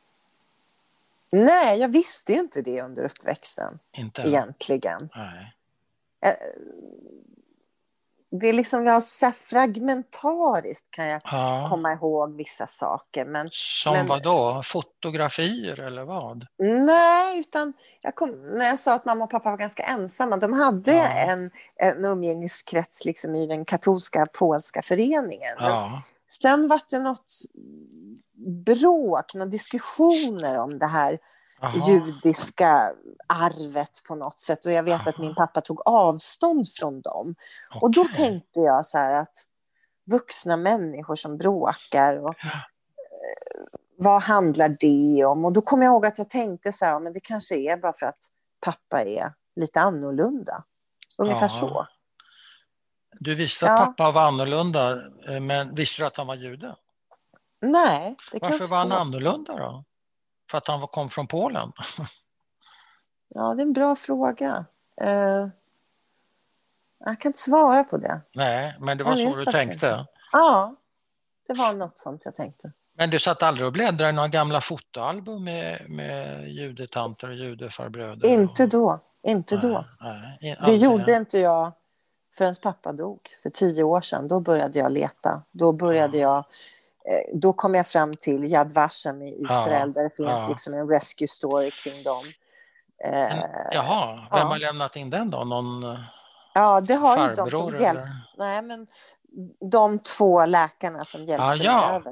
nej, jag visste ju inte det under uppväxten Inte? egentligen. Nej. Eh, Det är liksom, jag har så här fragmentariskt kan jag Ja. komma ihåg vissa saker. Men Som Men- vad då? Fotografier eller vad? nej, utan jag kom, när jag sa att mamma och pappa var ganska ensamma. De hade Ja. en, en umgängeskrets liksom i den katolska polska föreningen. Men Ja. sen var det något bråk, några diskussioner om det här Jaha. judiska arvet på något sätt. Och jag vet att Aha. min pappa tog avstånd från dem. Och då Okej. tänkte jag så här att vuxna människor som bråkar och Ja. eh, vad handlar det om? Och då kom jag ihåg att jag tänkte så här, men det kanske är bara för att pappa är lite annorlunda. Ungefär Ja. så. Du visste att Ja. pappa var annorlunda, eh, men visste du att han var jude? Nej, det kan jag Varför inte var han komma- annorlunda då? För att han var- kom från Polen? Ja, det är en bra fråga. Eh, jag kan inte svara på det. Nej, men det var Jag så vet du faktiskt tänkte. inte. Ja, det var något sånt jag tänkte. Men du satt aldrig och bläddrade i några gamla fotoalbum med, med judetanter och judefarbröder? Inte och... då, inte Nej, då. nej, Det aldrig. gjorde inte jag förrän pappa dog för tio år sedan. Då började jag leta. Då började jag, eh, då kom jag fram till Yad Vashem i Israel, Ja, där det finns ja. liksom en rescue story kring dem. Eh, Men, jaha, vem ja. har lämnat in den då? Någon eh, ja, det har ju de farbror som hjälpt. eller? Nej, men de två läkarna som hjälpte Ah, mig ja. över.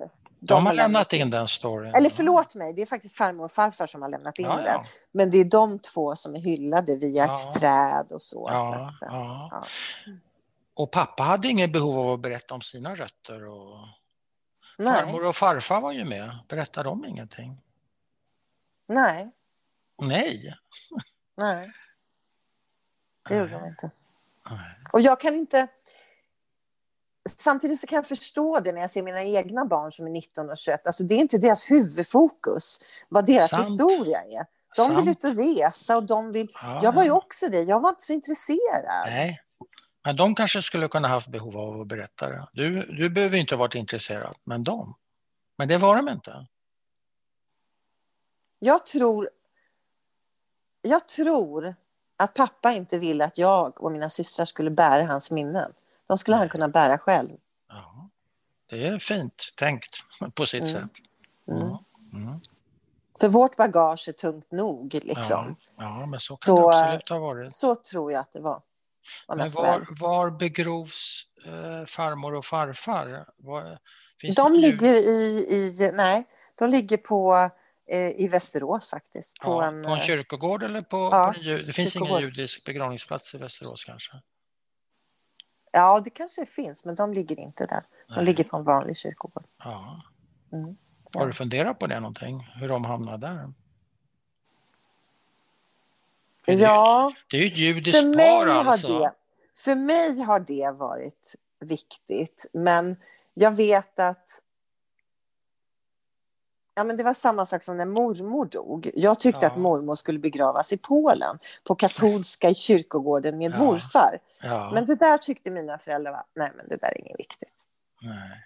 De har lämnat in den storyn. Eller förlåt mig, det är faktiskt farmor och farfar som har lämnat in Ja, ja. den. Men det är de två som är hyllade via Ja. ett träd och så. Ja, så att, ja. ja. Och pappa hade ingen behov av att berätta om sina rötter. Och... Nej. Farmor och farfar var ju med. Berättade de ingenting? Nej. Nej. Nej. Det gjorde de inte. Nej. Och jag kan inte... Samtidigt så kan jag förstå det när jag ser mina egna barn som är nitton och tjugoett. Alltså det är inte deras huvudfokus vad deras Sant. historia är. De Sant. vill ut och resa och de vill... Ja, jag var ju ja. också det. Jag var inte så intresserad. Nej. Men de kanske skulle kunna haft behov av att berätta det. Du, du behöver inte ha varit intresserad, men de. Men det var de inte. Jag tror... Jag tror att pappa inte ville att jag och mina systrar skulle bära hans minnen. De skulle han kunna bära själv. Ja, det är fint tänkt på sitt Mm. sätt. Mm. Mm. Mm. För vårt bagage är tungt nog. Liksom. Ja, ja, men så kan Så, det absolut ha varit. Så tror jag att det var. Men var, var begrovs eh, farmor och farfar? Var, finns de det ligger i, i... Nej, de ligger på... i Västerås faktiskt. På, ja, en, på en kyrkogård eller på, ja, på en, det finns kyrkogård. ingen judisk begravningsplats i Västerås kanske? Ja, det kanske finns, men de ligger inte där. De Nej. ligger på en vanlig kyrkogård. Ja. Mm, ja. Har du funderat på det någonting? Hur de hamnade där? För Ja, det är ju ett judiskt för mig, par har alltså. det, för mig har det varit viktigt. Men jag vet att ja, men det var samma sak som när mormor dog. Jag tyckte Ja. att mormor skulle begravas i Polen på katolska i kyrkogården med Ja. morfar. Ja. Men det där tyckte mina föräldrar var, nej men det där är inget viktigt. Nej.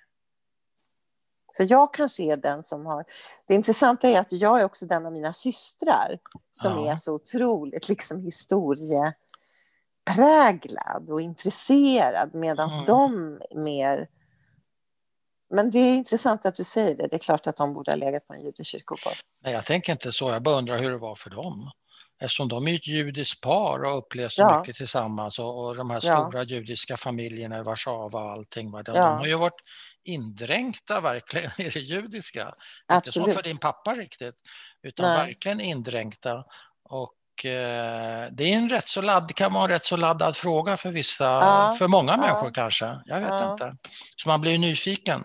För jag kanske är den som har... Det intressanta är att jag är också den av mina systrar som Ja. är så otroligt liksom historiepräglad och intresserad medan Mm. de mer... Men det är intressant att du säger det. Det är klart att de borde ha legat på en judisk kyrkogård. Nej, jag tänker inte så. Jag bara undrar hur det var för dem. Eftersom de är ett judiskt par och upplevt så Ja. mycket tillsammans och, och de här Ja. stora judiska familjerna i Warszawa och allting. Va? De, Ja. de har ju varit indränkta verkligen i det judiska. Absolut. Inte som för din pappa riktigt, utan Nej. verkligen indränkta. Och eh, det är en rätt så ladd, kan vara en rätt så laddad fråga för vissa, Ja. för många Ja. människor kanske. Jag vet Ja. inte. Så man blir ju nyfiken.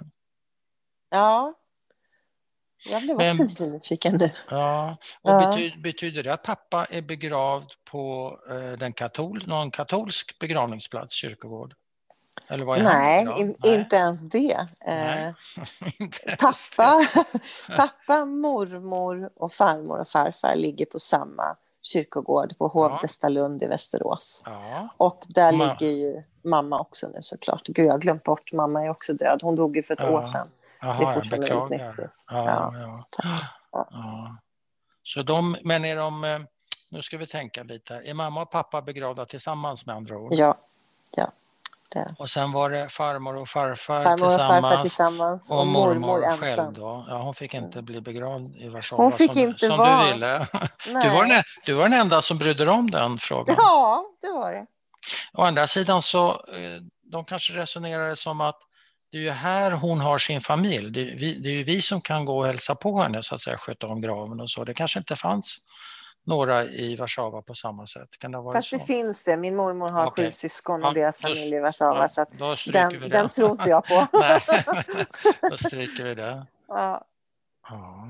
Ja. Jag blev Men- också lite nyfiken nu. Ja, och Ja. betyder, betyder det att pappa är begravd på eh, den katol, någon katolsk begravningsplats, kyrkogård? Eller vad är Nej, han begravd? in, Nej. inte ens det. Nej. Eh, Inte ens det. pappa, pappa, mormor och farmor och farfar ligger på samma kyrkogård på Hovdestalund i Västerås. Ja, Och där Ma- ligger ju mamma också nu såklart. Gud, jag har glömt bort. Mamma är också död. Hon dog ju för ett Ja. år sedan. Det är jaha, jag fortfarande väldigt beklagar. nyttigt. Ja, Ja. ja. Ja. Ja. Så de, men är de, eh, nu ska vi tänka lite här. Är mamma och pappa begravda tillsammans med andra ord? Ja, ja. Det är det. Och sen var det farmor och farfar Farmor och tillsammans. farfar tillsammans och, Och mormor, mormor själv ensam. då? Ja, hon fick inte bli begravd i Warszawa Hon fick som, inte som vara- du ville. Nej. Du var, den, du var den enda som brydde dig om den frågan. Ja, det var det. Å andra sidan så, eh, de kanske resonerade som att det är ju här hon har sin familj. Det är, vi, det är ju vi som kan gå och hälsa på henne så att säga, sköta om graven och så. Det kanske inte fanns några i Warszawa på samma sätt. Kan det ha varit Fast så? det finns det. Min mormor har Okej. sju syskon och Ja, deras då- familj i Warszawa. Ja, så att då stryker vi den, det. den tror inte jag på. Nej, då stryker vi det. Ja. Ja.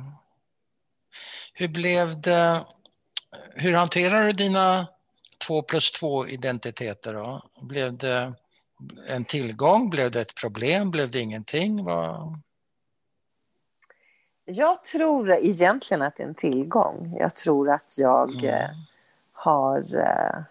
Hur blev det, hur hanterar du dina två plus två identiteter då? Blev det en tillgång? Blev det ett problem? Blev det ingenting? Vad... Jag tror egentligen att det är en tillgång. Jag tror att jag Mm. eh, har... Eh,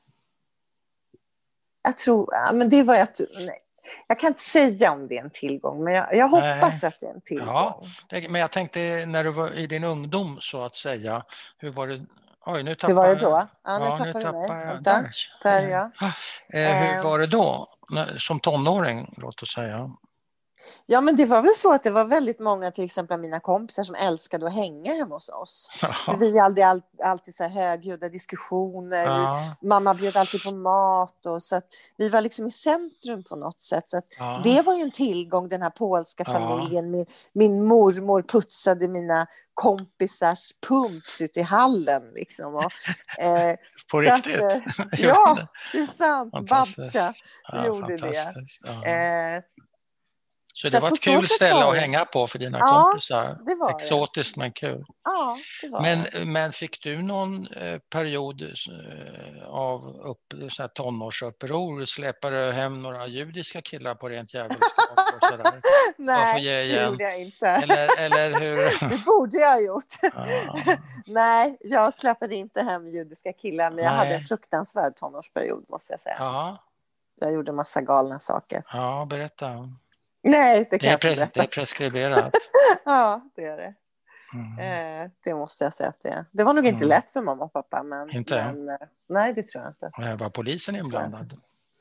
jag tror... Ja, men det var jag... t- Nej. Jag kan inte säga om det är en tillgång, men jag, jag Nej. hoppas att det är en tillgång. Ja, det, men jag tänkte när du var i din ungdom så att säga, hur var det? Oj, nu tappar Hur var det jag- då? Ja, nu Ja, tappar du mig. tappar jag. Vänta. Där. Där, ja. Eh, hur Eh. var det då? När- Som tonåring, låt oss säga. Ja, men det var väl så att det var väldigt många, till exempel mina kompisar, som älskade att hänga hemma hos oss. För Ja. vi hade all, alltid så här högljudda diskussioner. Vi, Ja. mamma bjöd alltid på mat. Och så att vi var liksom i centrum på något sätt. Så att Ja. det var ju en tillgång, den här polska Ja. familjen. Min, min mormor putsade mina kompisars pumps ute i hallen. Liksom. Och, eh, På så riktigt? Att, eh, ja, det är sant. Babsa Ja, gjorde det. ja. Eh, Så det så var på ett så kul sätt ställe var att det. hänga på för dina Ja, kompisar. det var det. Exotiskt men kul. Ja, det var Men, det. men fick du någon eh, period eh, av upp, så här tonårsuppror? Släpade du hem några judiska killar på rent djävulskap och sådär? Nej, det gjorde jag inte. Eller, eller hur? Det borde jag ha gjort. Ja. Nej, jag släppade inte hem judiska killar, men jag Nej. hade en fruktansvärd tonårsperiod, måste jag säga. Ja. Jag gjorde massa galna saker. Ja, berätta. Nej, det kan Det är, jag inte pres- berätta. det är preskriberat. Ja, det är det. Mm. Eh, det måste jag säga att det är. Det var nog inte Mm. lätt för mamma och pappa. Men, Inte? men, nej, det tror jag inte. Men var polisen inblandad?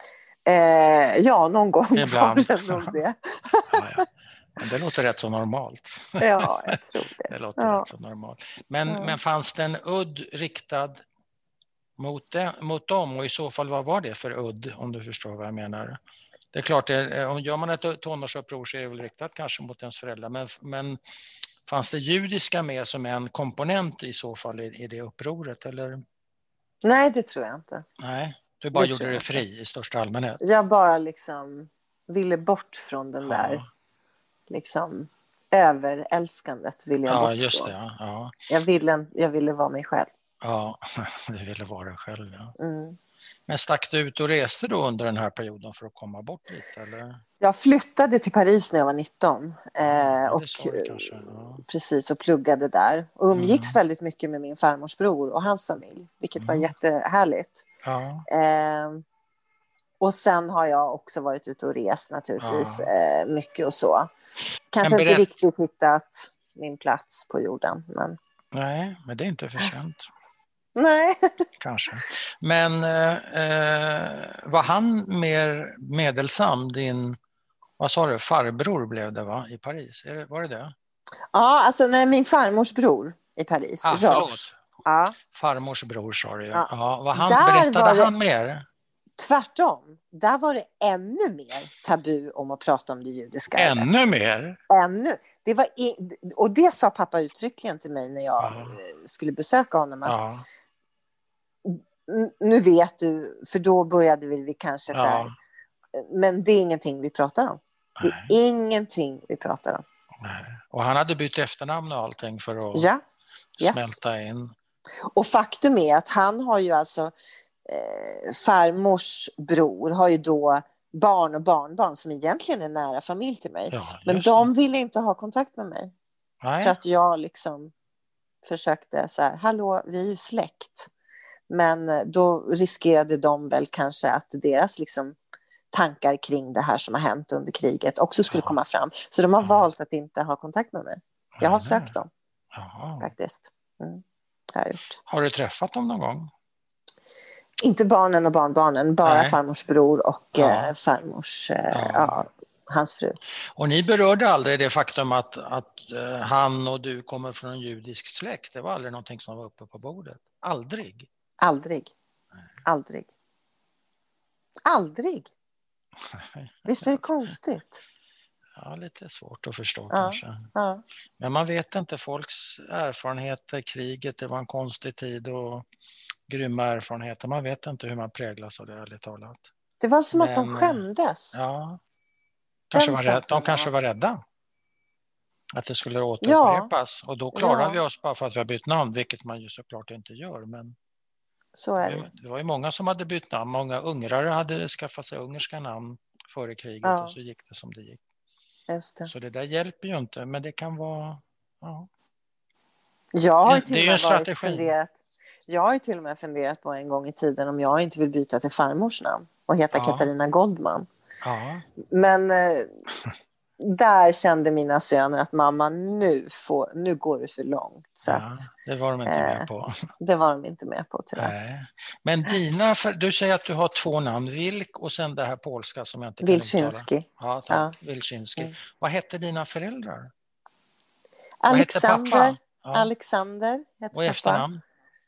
Eh, ja, någon gång Ibland. var det nog det. Ja, ja. Men det låter rätt så normalt. Ja, jag tror det. Det låter Ja. rätt så normalt. Men, Ja. men fanns det en udd riktad mot, det, mot dem? Och i så fall, vad var det för udd, om du förstår vad jag menar? Det är klart, det, om gör man ett tonårsuppror så är det väl riktat kanske mot ens föräldrar. Men, men fanns det judiska med som en komponent i så fall i, i det upproret? Eller? Nej, det tror jag inte. Nej, du bara Det gjorde tror det jag fri i största allmänhet. Jag bara liksom ville bort från den Ja. där liksom överälskandet ville jag Ja, bort just från. det. Ja, ja. Jag, ville, jag ville vara mig själv. Ja, du ville vara själv. Ja. Mm. Men stack du ut och reste då under den här perioden för att komma bort dit? Eller? Jag flyttade till Paris när jag var nitton. Eh, Ja, och, det sa du kanske. Ja. Precis, och pluggade där. Och umgicks Mm. väldigt mycket med min farmors bror och hans familj. Vilket var Mm. jättehärligt. Ja. Eh, och sen har jag också varit ute och rest naturligtvis. Ja. Eh, mycket och så. Kanske Men inte berätt- riktigt hittat min plats på jorden. Men... Nej, men det är inte för sent. Nej. Kanske. Men eh, var han mer medelsam? Din, vad sa du, farbror blev det va? I Paris? Är det, var det det? Ja, alltså nej, min farmors bror i Paris. Ah, Georges. förlåt. Ja. Farmors bror sa du. Ja. Ja. Ja, var han, Där berättade var det- han mer? Tvärtom. Där var det ännu mer tabu om att prata om det judiska arvet. Ännu mer? Ännu. Det var i, och det sa pappa uttryckligen till mig när jag Ja. eh, skulle besöka honom. Att, Ja. "N- Nu vet du, för då började vi, vi kanske så här, Ja. men det är ingenting vi pratar om. Det är Nej, ingenting vi pratar om. nej. Och han hade bytt efternamn och allting för att Ja, yes. smälta in. Och faktum är att han har ju alltså eh, farmors bror har ju då barn och barnbarn som egentligen är nära familj till mig. Ja, Men just de det. ville inte ha kontakt med mig. Nej. För att jag liksom försökte så här, hallå, vi är ju släkt. Men eh, då riskerade de väl kanske att deras liksom tankar kring det här som har hänt under kriget också skulle Ja. komma fram. Så de har Ja. valt att inte ha kontakt med mig. Jag har Nej. sökt dem Jaha. faktiskt. Mm. Har jag gjort. Har du träffat dem någon gång? Inte barnen och barnbarnen, bara Nej. farmors bror och Ja. eh, farmors, eh, Ja. ja, hans fru. Och ni berörde aldrig det faktum att, att eh, han och du kommer från en judisk släkt? Det var aldrig någonting som var uppe på bordet? Aldrig? Aldrig. Nej. Aldrig. Aldrig. Visst är det konstigt? Ja, lite svårt att förstå Ja. kanske. Ja. Men man vet inte, folks erfarenheter, kriget, det var en konstig tid och grymma erfarenheter. Man vet inte hur man präglas av det, ärligt talat. Det var som att de Men, skämdes. Ja, kanske Den var rädd, de känslan kanske var- var rädda. Att det skulle återupprepas. Och då klarar Ja. vi oss bara för att vi har bytt namn, vilket man ju såklart inte gör. Men Så är det. det, det var ju många som hade bytt namn. Många ungrare hade skaffat sig ungerska namn före kriget Ja. och så gick det som det gick. Just det. Så det där hjälper ju inte, men det kan vara... Ja. Jag har ju Det- till det är och ju med en varit strategi. funderat. Jag har ju till och med funderat på en gång i tiden om jag inte vill byta till farmors namn och heta Ja. Katarina Goldman. Ja. Men eh, där kände mina söner att mamma, nu, får, nu går det för långt. Så Ja, att, det var de inte eh, med på. Det var de inte med på, tyvärr. Nej. Men dina, för, du säger att du har två namn, Wilk och sen det här polska som jag inte kan uttala. Wilczynski. Ja, tack. Ja. Wilczynski. Mm. Vad hette dina föräldrar? Alexander. Vad hette pappa? Ja. Alexander hette och efternamn?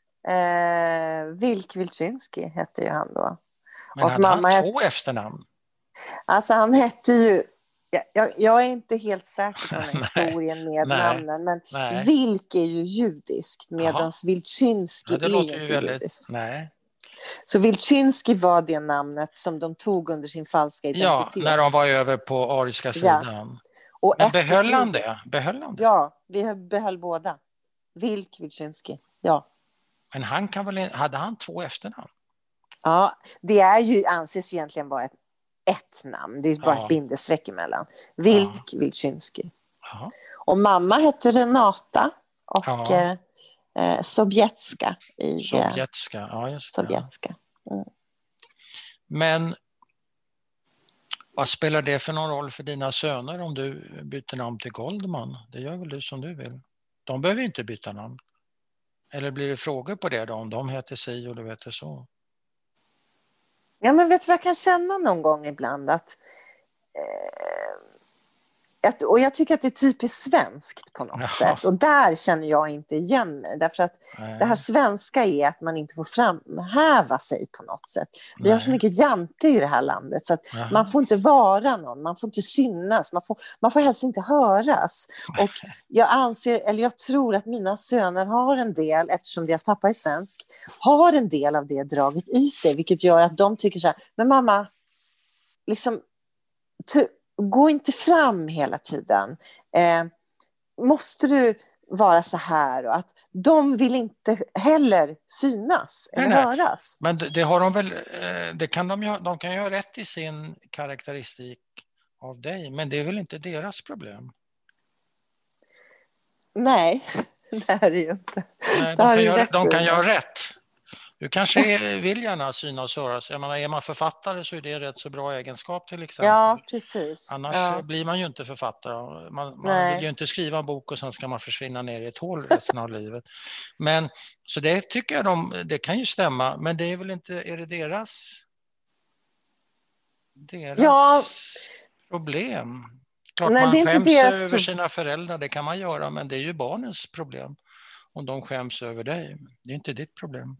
Eh, Wilk Wilczynski hette ju han då. Men och hade mamma han två hette... efternamn? Alltså han hette ju... Jag, jag är inte helt säker på den här historien med nej, namnen, men nej. Wilk är ju judiskt, medan Wilczynski ja, är ju inte väldigt... judiskt. Nej. Så Wilczynski var det namnet som de tog under sin falska identitet. Ja, när de var över på ariska sidan. Ja. Och men behöll han det? Behöll han det? Ja, vi behöll båda. Wilk Wilczynski, ja. Men han kan väl, hade han två efternamn? Ja, det är ju, anses ju egentligen vara ett, ett namn. Det är bara ja. ett bindestreck emellan. Wilk ja. Wilczynski. Ja. Och mamma hette Renata och ja. eh, Sovjetska. I, Sovjetska, ja just det. Sovjetska. Mm. Men vad spelar det för någon roll för dina söner om du byter namn till Goldman? Det gör väl du som du vill. De behöver inte byta namn. Eller blir det frågor på det då, om de heter si och du heter så? Ja, men vet du vad jag kan känna någon gång ibland? Att, eh, att, och jag tycker att det är typiskt svenskt på något ja. sätt. Och där känner jag inte igen mig. Därför att Nej. det här svenska är att man inte får framhäva sig på något sätt. Vi Nej. har så mycket jante i det här landet. Så att man får inte vara någon. Man får inte synas. Man får, man får helst inte höras. Och jag anser, eller jag tror att mina söner har en del, eftersom deras pappa är svensk, har en del av det draget i sig. Vilket gör att de tycker så här, men mamma, liksom... T- gå inte fram hela tiden. Eh, måste du vara så här? Och att de vill inte heller synas eller nej, nej. höras. Men det, det har de väl, det kan de, ju, de kan ju ha rätt i sin karaktäristik av dig, men det är väl inte deras problem? Nej, det är det ju inte. Nej, de kan, göra, de kan göra rätt. Du kanske vill gärna synas och höras. Jag menar, är man författare så är det rätt så bra egenskap till exempel. Ja, precis. Annars ja. blir man ju inte författare. Man, man vill ju inte skriva en bok och sen ska man försvinna ner i ett hål resten av livet. Men, så det tycker jag de, det kan ju stämma. Men det är väl inte, är det deras, deras ja. problem? Klart Nej, man skäms deras... över sina föräldrar, det kan man göra. Men det är ju barnens problem. Om de skäms över dig. Det är inte ditt problem.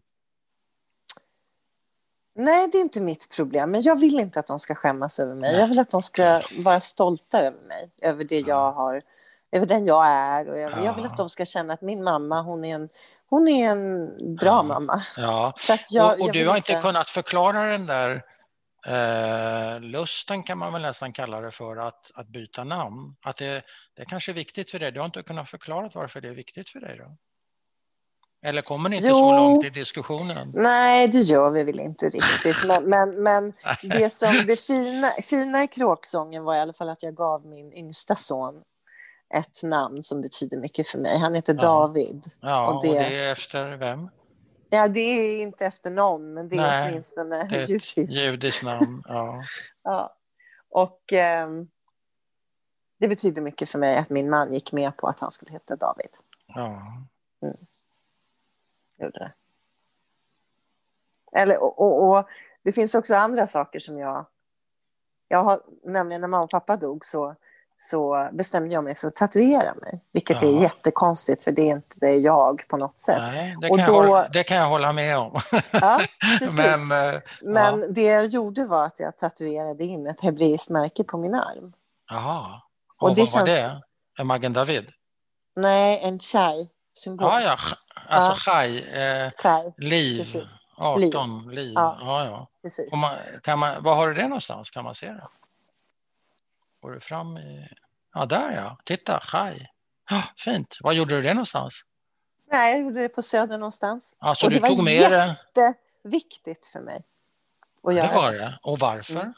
Nej, det är inte mitt problem. Men jag vill inte att de ska skämmas över mig. Nej. Jag vill att de ska vara stolta över mig. Över det ja. jag har. Över den jag är. Och över, ja. Jag vill att de ska känna att min mamma, hon är en, hon är en bra ja. mamma. Ja. Så att jag, och och jag du har inte inte kunnat förklara den där eh, lusten kan man väl nästan kalla det för. Att, att byta namn. Att det, det är kanske viktigt för dig. Du har inte kunnat förklara varför det är viktigt för dig då. Eller kommer ni inte jo, så långt i diskussionen? Nej, det gör vi väl inte riktigt. Men, men, men det, som, det fina, fina i kråksången var i alla fall att jag gav min yngsta son ett namn som betyder mycket för mig. Han heter ja. David. Ja, och det, och det är efter vem? Ja, det är inte efter någon, men det är nej, åtminstone det är ett judiskt. judiskt namn. Ja. ja. Och eh, det betyder mycket för mig att min man gick med på att han skulle heta David. Ja. Mm. Gjorde det. Eller, och, och, och det finns också andra saker som jag... Jag har, nämligen när mamma och pappa dog så, så bestämde jag mig för att tatuera mig. Vilket ja. är jättekonstigt för det är inte det jag på något sätt. Nej, det, kan och då, jag hålla, det kan jag hålla med om. Ja, precis. Men, Men ja. det jag gjorde var att jag tatuerade in ett hebreiskt märke på min arm. Jaha. Och, och det vad känns... var det? En Magen David? Nej, en chai. Symbol. Ja, ja. Alltså ja. chai. Eh, chai. Liv. Precis. arton. Liv. Ja, ja. ja. Precis. Man, kan man, var har du det någonstans? Kan man se det? Går du fram i... Ja, där ja. Titta, chai. Oh, fint. Var gjorde du det någonstans? Nej, jag gjorde det på Söder någonstans. Alltså, och du det tog var med det? jätteviktigt för mig. Ja, det var det. Och varför? Mm.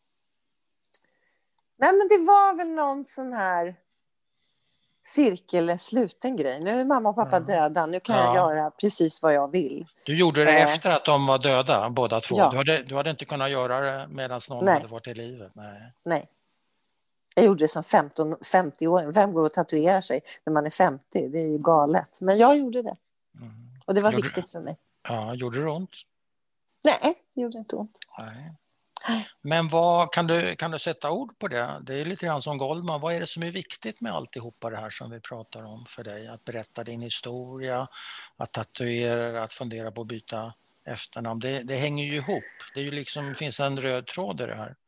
Nej, men det var väl någon sån här cirkel, sluten grej. Nu är mamma och pappa ja. döda. Nu kan ja. jag göra precis vad jag vill. Du gjorde det eh. efter att de var döda, båda två? Ja. Du, hade, du hade inte kunnat göra det medan någon Nej. hade varit i livet? Nej. Nej. Jag gjorde det som femton, femtio-åring. Vem går och tatuerar sig när man är femtio? Det är ju galet. Men jag gjorde det. Mm. Och det var Gjorde, viktigt för mig. ja, gjorde det ont? Nej, det gjorde inte ont. Nej. Men vad, kan, du, kan du sätta ord på det? Det är lite grann som Goldman. Vad är det som är viktigt med alltihopa det här som vi pratar om för dig? Att berätta din historia, att tatuera, att fundera på att byta efternamn. Det, det hänger ju ihop. Det är ju liksom, finns en röd tråd i det här.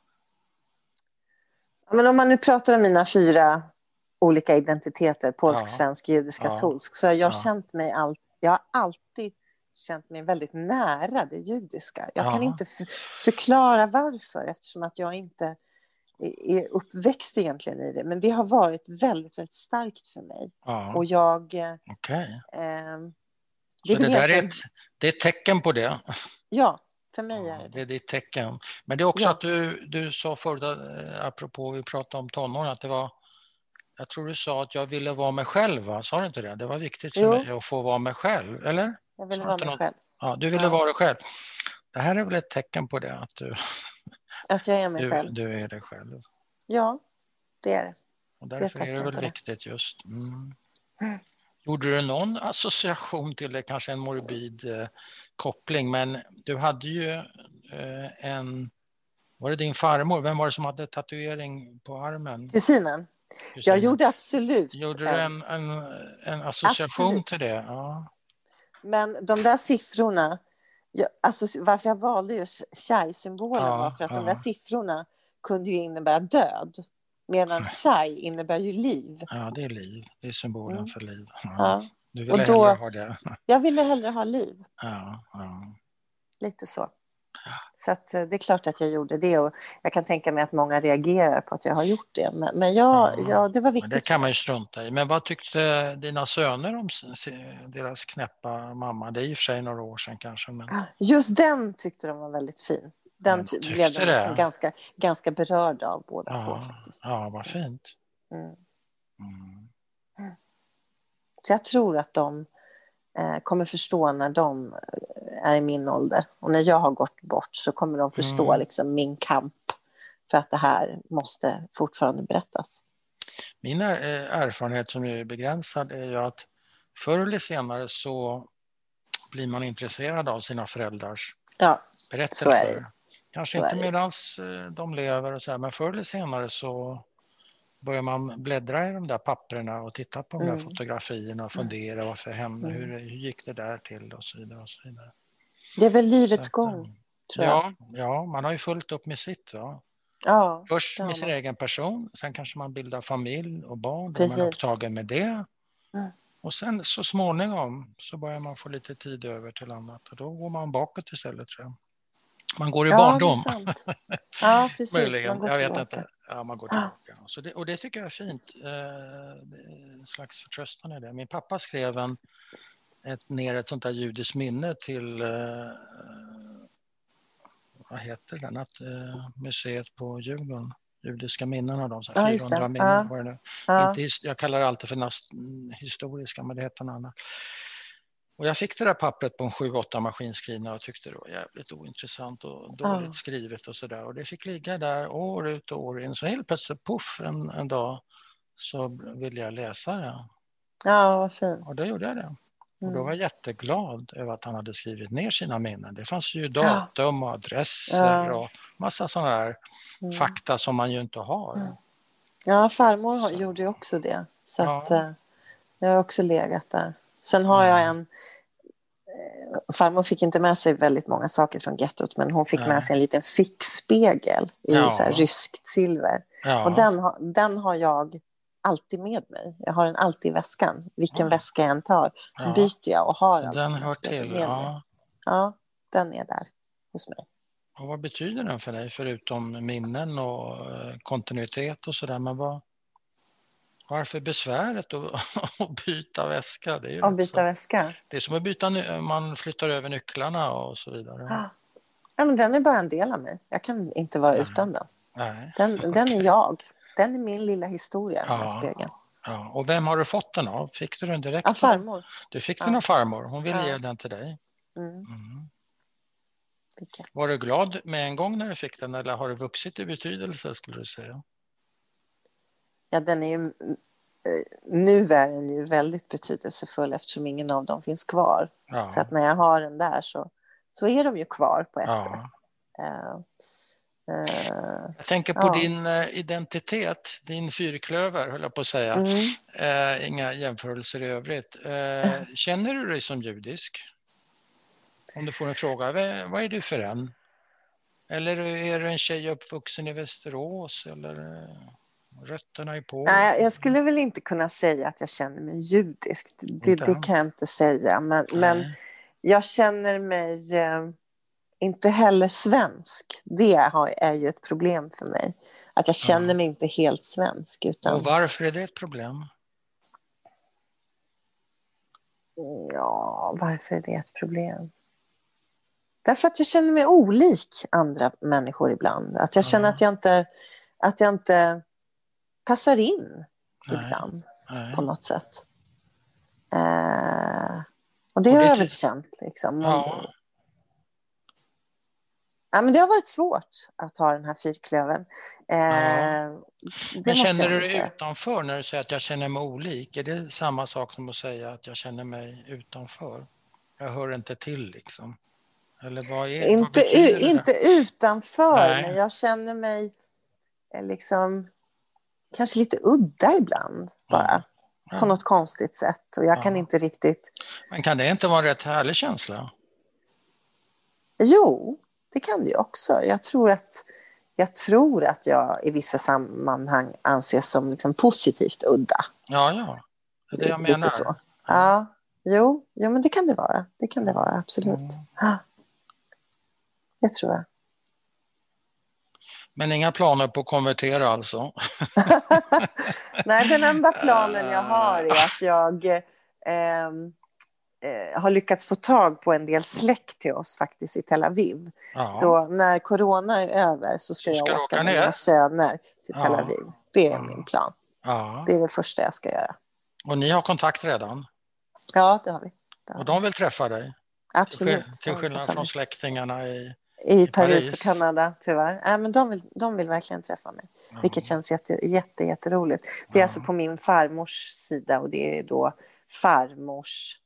Men om man nu pratar om mina fyra olika identiteter, polsk, Ja. svensk, judisk, Ja. katolsk, så har jag Ja. känt mig all, jag har alltid känt mig väldigt nära det judiska. Jag Ja. kan inte f- förklara varför, eftersom att jag inte är är uppväxt egentligen i det, men det har varit väldigt, väldigt starkt för mig. Ja. Och jag eh, Okej. eh, det Så är väl det där är egentligen, ett, det är ett tecken på det. ja, för mig Ja, är det det är ditt tecken. Men det är också Ja. att du, du sa förut, eh, apropå vi pratade om tonåren, att det var, jag tror du sa att jag ville vara mig själv, va? Sa du inte det? Det var viktigt för Jo. mig att få vara mig själv, eller? Jag vill Sa vara inte mig något? själv. Ja, du ville Ja. vara dig själv. Det här är väl ett tecken på det, att du, Att jag är mig du, själv. du är dig själv. Ja, det är det. Och Det är därför ett är det tecken väl på det. viktigt just. Mm. Mm. Gjorde du någon association till det, kanske en morbid eh, koppling, men du hade ju eh, en, var det din farmor? Vem var det som hade tatuering på armen? Kusinen. Jag Kusinen. gjorde absolut Gjorde du en, en, en association Absolut. till det? Ja. Men de där siffrorna, jag, alltså varför jag valde just tjej-symbolen Ja, var för att ja. de där siffrorna kunde ju innebära död. Medan tjej innebär ju liv. Ja, det är liv. Det är symbolen Mm. för liv. Ja. Ja. Du Och ville då- hellre ha det. Jag ville hellre ha liv. Ja, ja. Lite så. Så att, eh, det är klart att jag gjorde det. Och jag kan tänka mig att många reagerar på att jag har gjort det. Men, men jag, Ja. ja, det var Men viktigt. det kan man ju strunta i. Men vad tyckte dina söner om s- deras knäppa mamma? Det är i och för sig några år sedan kanske. Men... Just den tyckte de var väldigt fin. Den Ja, de ty- tyckte blev de liksom det. ganska, ganska berörda av båda två Ja, faktiskt. ja, vad fint. Mm. Mm. Så jag tror att de eh, kommer förstå när de eh, är i min ålder. Och när jag har gått bort så kommer de förstå Mm. liksom, min kamp. För att det här måste fortfarande berättas. Min er- erfarenhet som är begränsad är ju att förr eller senare så blir man intresserad av sina föräldrars Ja, så är berättelser. det. Kanske Så inte är det. medan de lever och så här, men förr eller senare så börjar man bläddra i de där papperna och titta på de där Mm. fotografierna och fundera varför hände, Mm. hur, hur gick det där till och så vidare och så vidare. Det är väl livets Så att, gång, tror jag. Ja, ja, man har ju fullt upp med sitt. Va? Ja, Först det har med sin man. egen person, sen kanske man bildar familj och barn, då är man Precis. upptagen med det. Mm. Och sen så småningom så börjar man få lite tid över till annat och då går man bakåt istället, tror jag. Man går i Ja, barndom. det är sant. Ja, precis. Möjligen, Man går jag vet tillbaka. inte. Ja, man går Ah. tillbaka. Så det, och det tycker jag är fint. Eh, det är en slags förtröstan i det. Min pappa skrev en, ett, ner ett sånt där judiskt minne till eh, vad heter den? Att, eh, museet på Djurgården. Judiska minnen av dem, så Ja, just det. fyrahundra minnen. Ja. Var det nu. Ja. Inte, his- jag kallar det alltid för nast, historiska, men det heter något annat. Och jag fick det där pappret på en sju åtta maskinskrivna och tyckte det var jävligt ointressant och dåligt Ja. skrivet och sådär. Och det fick ligga där år ut och år in. Så helt plötsligt, puff, en, en dag så ville jag läsa det. Ja, vad fint. Och då gjorde jag det. Och då var jag jätteglad över att han hade skrivit ner sina minnen. Det fanns ju datum och adresser Ja. och massa sådana här Mm. fakta som man ju inte har. Mm. Ja, farmor har- Så. gjorde ju också det. Så Ja. att, eh, jag har också legat där. Sen har jag en... Eh, farmor fick inte med sig väldigt många saker från gettot, men hon fick Nej. med sig en liten fickspegel i Ja. så här, ryskt silver. Ja. Och den har, den har jag alltid med mig. Jag har den alltid i väskan. Vilken Ja. väska jag än tar så Ja. byter jag och har Så alltid den den hör spegeln till. med mig. Ja. Ja, den är där hos mig. Och vad betyder den för dig förutom minnen och eh, kontinuitet och sådär? Men vad, varför besväret att, att byta väska? Det är, ju Och rätt byta så, väska. det är som att byta, ny- man flyttar över nycklarna och så vidare. Ah. Ja, men den är bara en del av mig. Jag kan inte vara Nej. utan den. Nej. Den, den Okej. är jag. Den är min lilla historia, den här Ja. spegeln. Ja. Och vem har du fått den av? Fick du den direkt? Ja, farmor. Du fick Ja. den av farmor. Hon ville Ja. ge den till dig. Mm, Mm. fick jag. Var du glad med en gång när du fick den eller har det vuxit i betydelse, skulle du säga? ja, den är ju, nu är den ju väldigt betydelsefull eftersom ingen av dem finns kvar. Ja. Så att när jag har den där så, så är de ju kvar på ett Ja. sätt. Uh, uh, jag tänker på ja. din uh, identitet, din fyrklöver höll jag på att säga. Mm. Uh, inga jämförelser i övrigt. Uh, känner du dig som judisk? Om du får en fråga, vad, vad är du för en? Eller är du en tjej uppvuxen i Västerås? Eller uh, rötterna i på? Nej, jag skulle väl inte kunna säga att jag känner mig judisk. Det, det kan jag inte säga. Men, men jag känner mig eh, inte heller svensk. Det har, är ju ett problem för mig. Att jag känner ja. mig inte helt svensk. Utan... Och varför är det ett problem? Ja, varför är det ett problem? Därför att jag känner mig olik andra människor ibland. Att jag känner ja. att jag inte, att jag inte passar in Nej. ibland Nej. på något sätt. Eh, och det och har det jag väl känt. Liksom. Ja. Ja, men det har varit svårt att ha den här fyrklöven. Eh, ja. Men känner du dig säga. utanför när du säger att jag känner mig olik? Är det samma sak som att säga att jag känner mig utanför? Jag hör inte till liksom. Eller vad är, inte, vad u- inte utanför, Nej. men jag känner mig liksom kanske lite udda ibland bara. Ja. Ja. På något konstigt sätt. Och jag ja. kan inte riktigt... Men kan det inte vara en rätt härlig känsla? Jo, det kan det ju också. Jag tror att jag, tror att jag i vissa sammanhang anses som liksom positivt udda. Ja, ja. Det är det jag menar. Lite så. Ja. ja. Jo, jo, men det kan det vara. Det kan det vara, absolut. Mm. Ja. Det tror jag. Men inga planer på att konvertera alltså? Nej, den enda planen jag har är att jag eh, eh, har lyckats få tag på en del släkt till oss faktiskt i Tel Aviv. Ja. Så när corona är över så ska, så ska jag åka med mina söner till ja. Tel Aviv. Det är ja. min plan. Ja. Det är det första jag ska göra. Och ni har kontakt redan? Ja, det har vi. Det har och de vill träffa dig? Absolut. Till, till skillnad från släktingarna i... I, I Paris, Paris och Kanada, tyvärr. Äh, men de, vill, de vill verkligen träffa mig. Ja. Vilket känns jätte, jätte, jätteroligt. Det är ja. alltså på min farmors sida. Och det är då farmors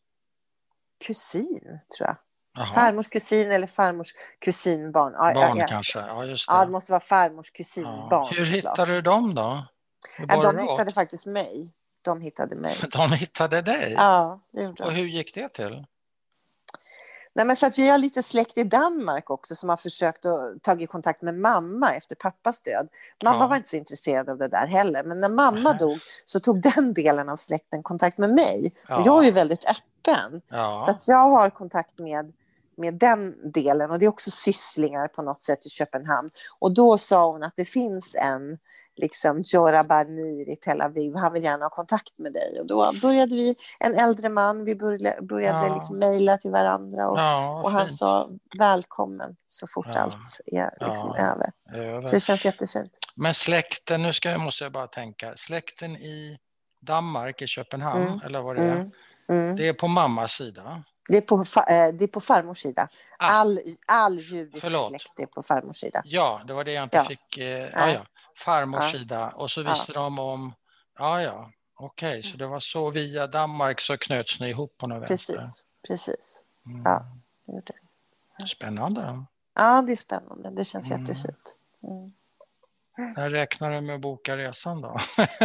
kusin, tror jag. Aha. Farmors kusin eller farmors kusinbarn. Ja, Barn ja, ja. kanske, ja just det. Ja, det måste vara farmors kusinbarn. Ja. Hur hittade du dem då? Ja, de hittade faktiskt mig. De hittade mig. De hittade dig? Ja, det gjorde de. Och hur gick det till? Nej, men för att vi har lite släkt i Danmark också som har försökt att ta kontakt med mamma efter pappas död. Mamma ja. var inte så intresserad av det där heller. Men när mamma Nej. dog så tog den delen av släkten kontakt med mig. Ja. Och jag är ju väldigt öppen. Ja. Så att jag har kontakt med, med den delen. Och det är också sysslingar på något sätt i Köpenhamn. Och då sa hon att det finns en... liksom Jora Barnir i Tel Aviv, han vill gärna ha kontakt med dig. Och då började vi, en äldre man, vi började, började ja. liksom mejla till varandra och, ja, och han sa välkommen så fort ja. allt är liksom ja. över. över. Så det känns jättefint. Men släkten, nu ska jag, måste jag bara tänka, släkten i Danmark, i Köpenhamn, mm. eller vad det är, mm. Mm. det är på mammas sida. Det är på, det är på farmors sida. Ah. All, all judisk Förlåt. släkt är på farmors sida. Ja, det var det jag inte ja. fick. Eh, ja, ja. Farmors ja. sida. Och så visste ja. de om... Ja, ja. Okej, okay, så det var så via Danmark så knöts ni ihop på något Precis, vänster. Precis. Mm. Ja, det gjorde det. Spännande. Ja, det är spännande. Det känns mm. jättefint. Mm. När räknar du med att boka resan då?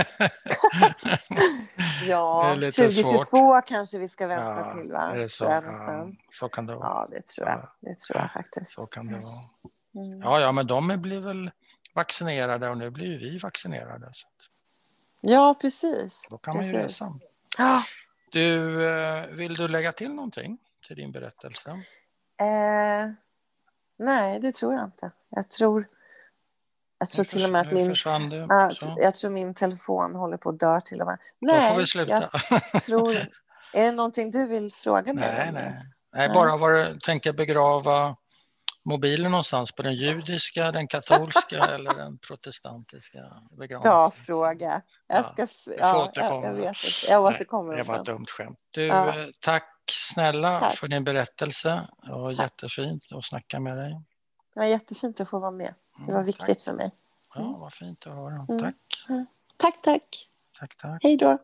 Ja, tjugohundratjugotvå svårt. Kanske vi ska vänta ja, till, va? Är det så? Ja, så kan det vara. Ja, det tror jag. Det tror jag faktiskt. Så kan det vara. Mm. Ja, ja, men de blir väl vaccinerade och nu blir ju vi vaccinerade. Så. Ja, precis. Då kan precis. man ju resa. Ja. Du, vill du lägga till någonting till din berättelse? Eh, nej, det tror jag inte. Jag tror... Jag tror till och med att min, ja, jag tror min telefon håller på att dö till och med. Nej, då får vi sluta. Jag tror, är det någonting du vill fråga mig nej, om? Nej, nej. Nej, bara vad du tänker begrava mobilen någonstans på den judiska, den katolska eller den protestantiska begravningen. Bra fråga. Jag ska, ja, ja, jag, jag vet inte. Jag återkommer. Nej, det var ett dumt skämt. Du, ja. tack snälla tack. för din berättelse. Det var tack. jättefint att snacka med dig. Det var jättefint att få vara med. Det var mm, viktigt tack. för mig. Ja, vad fint att höra. Mm. Tack. Mm. Tack, tack. tack. Hej då.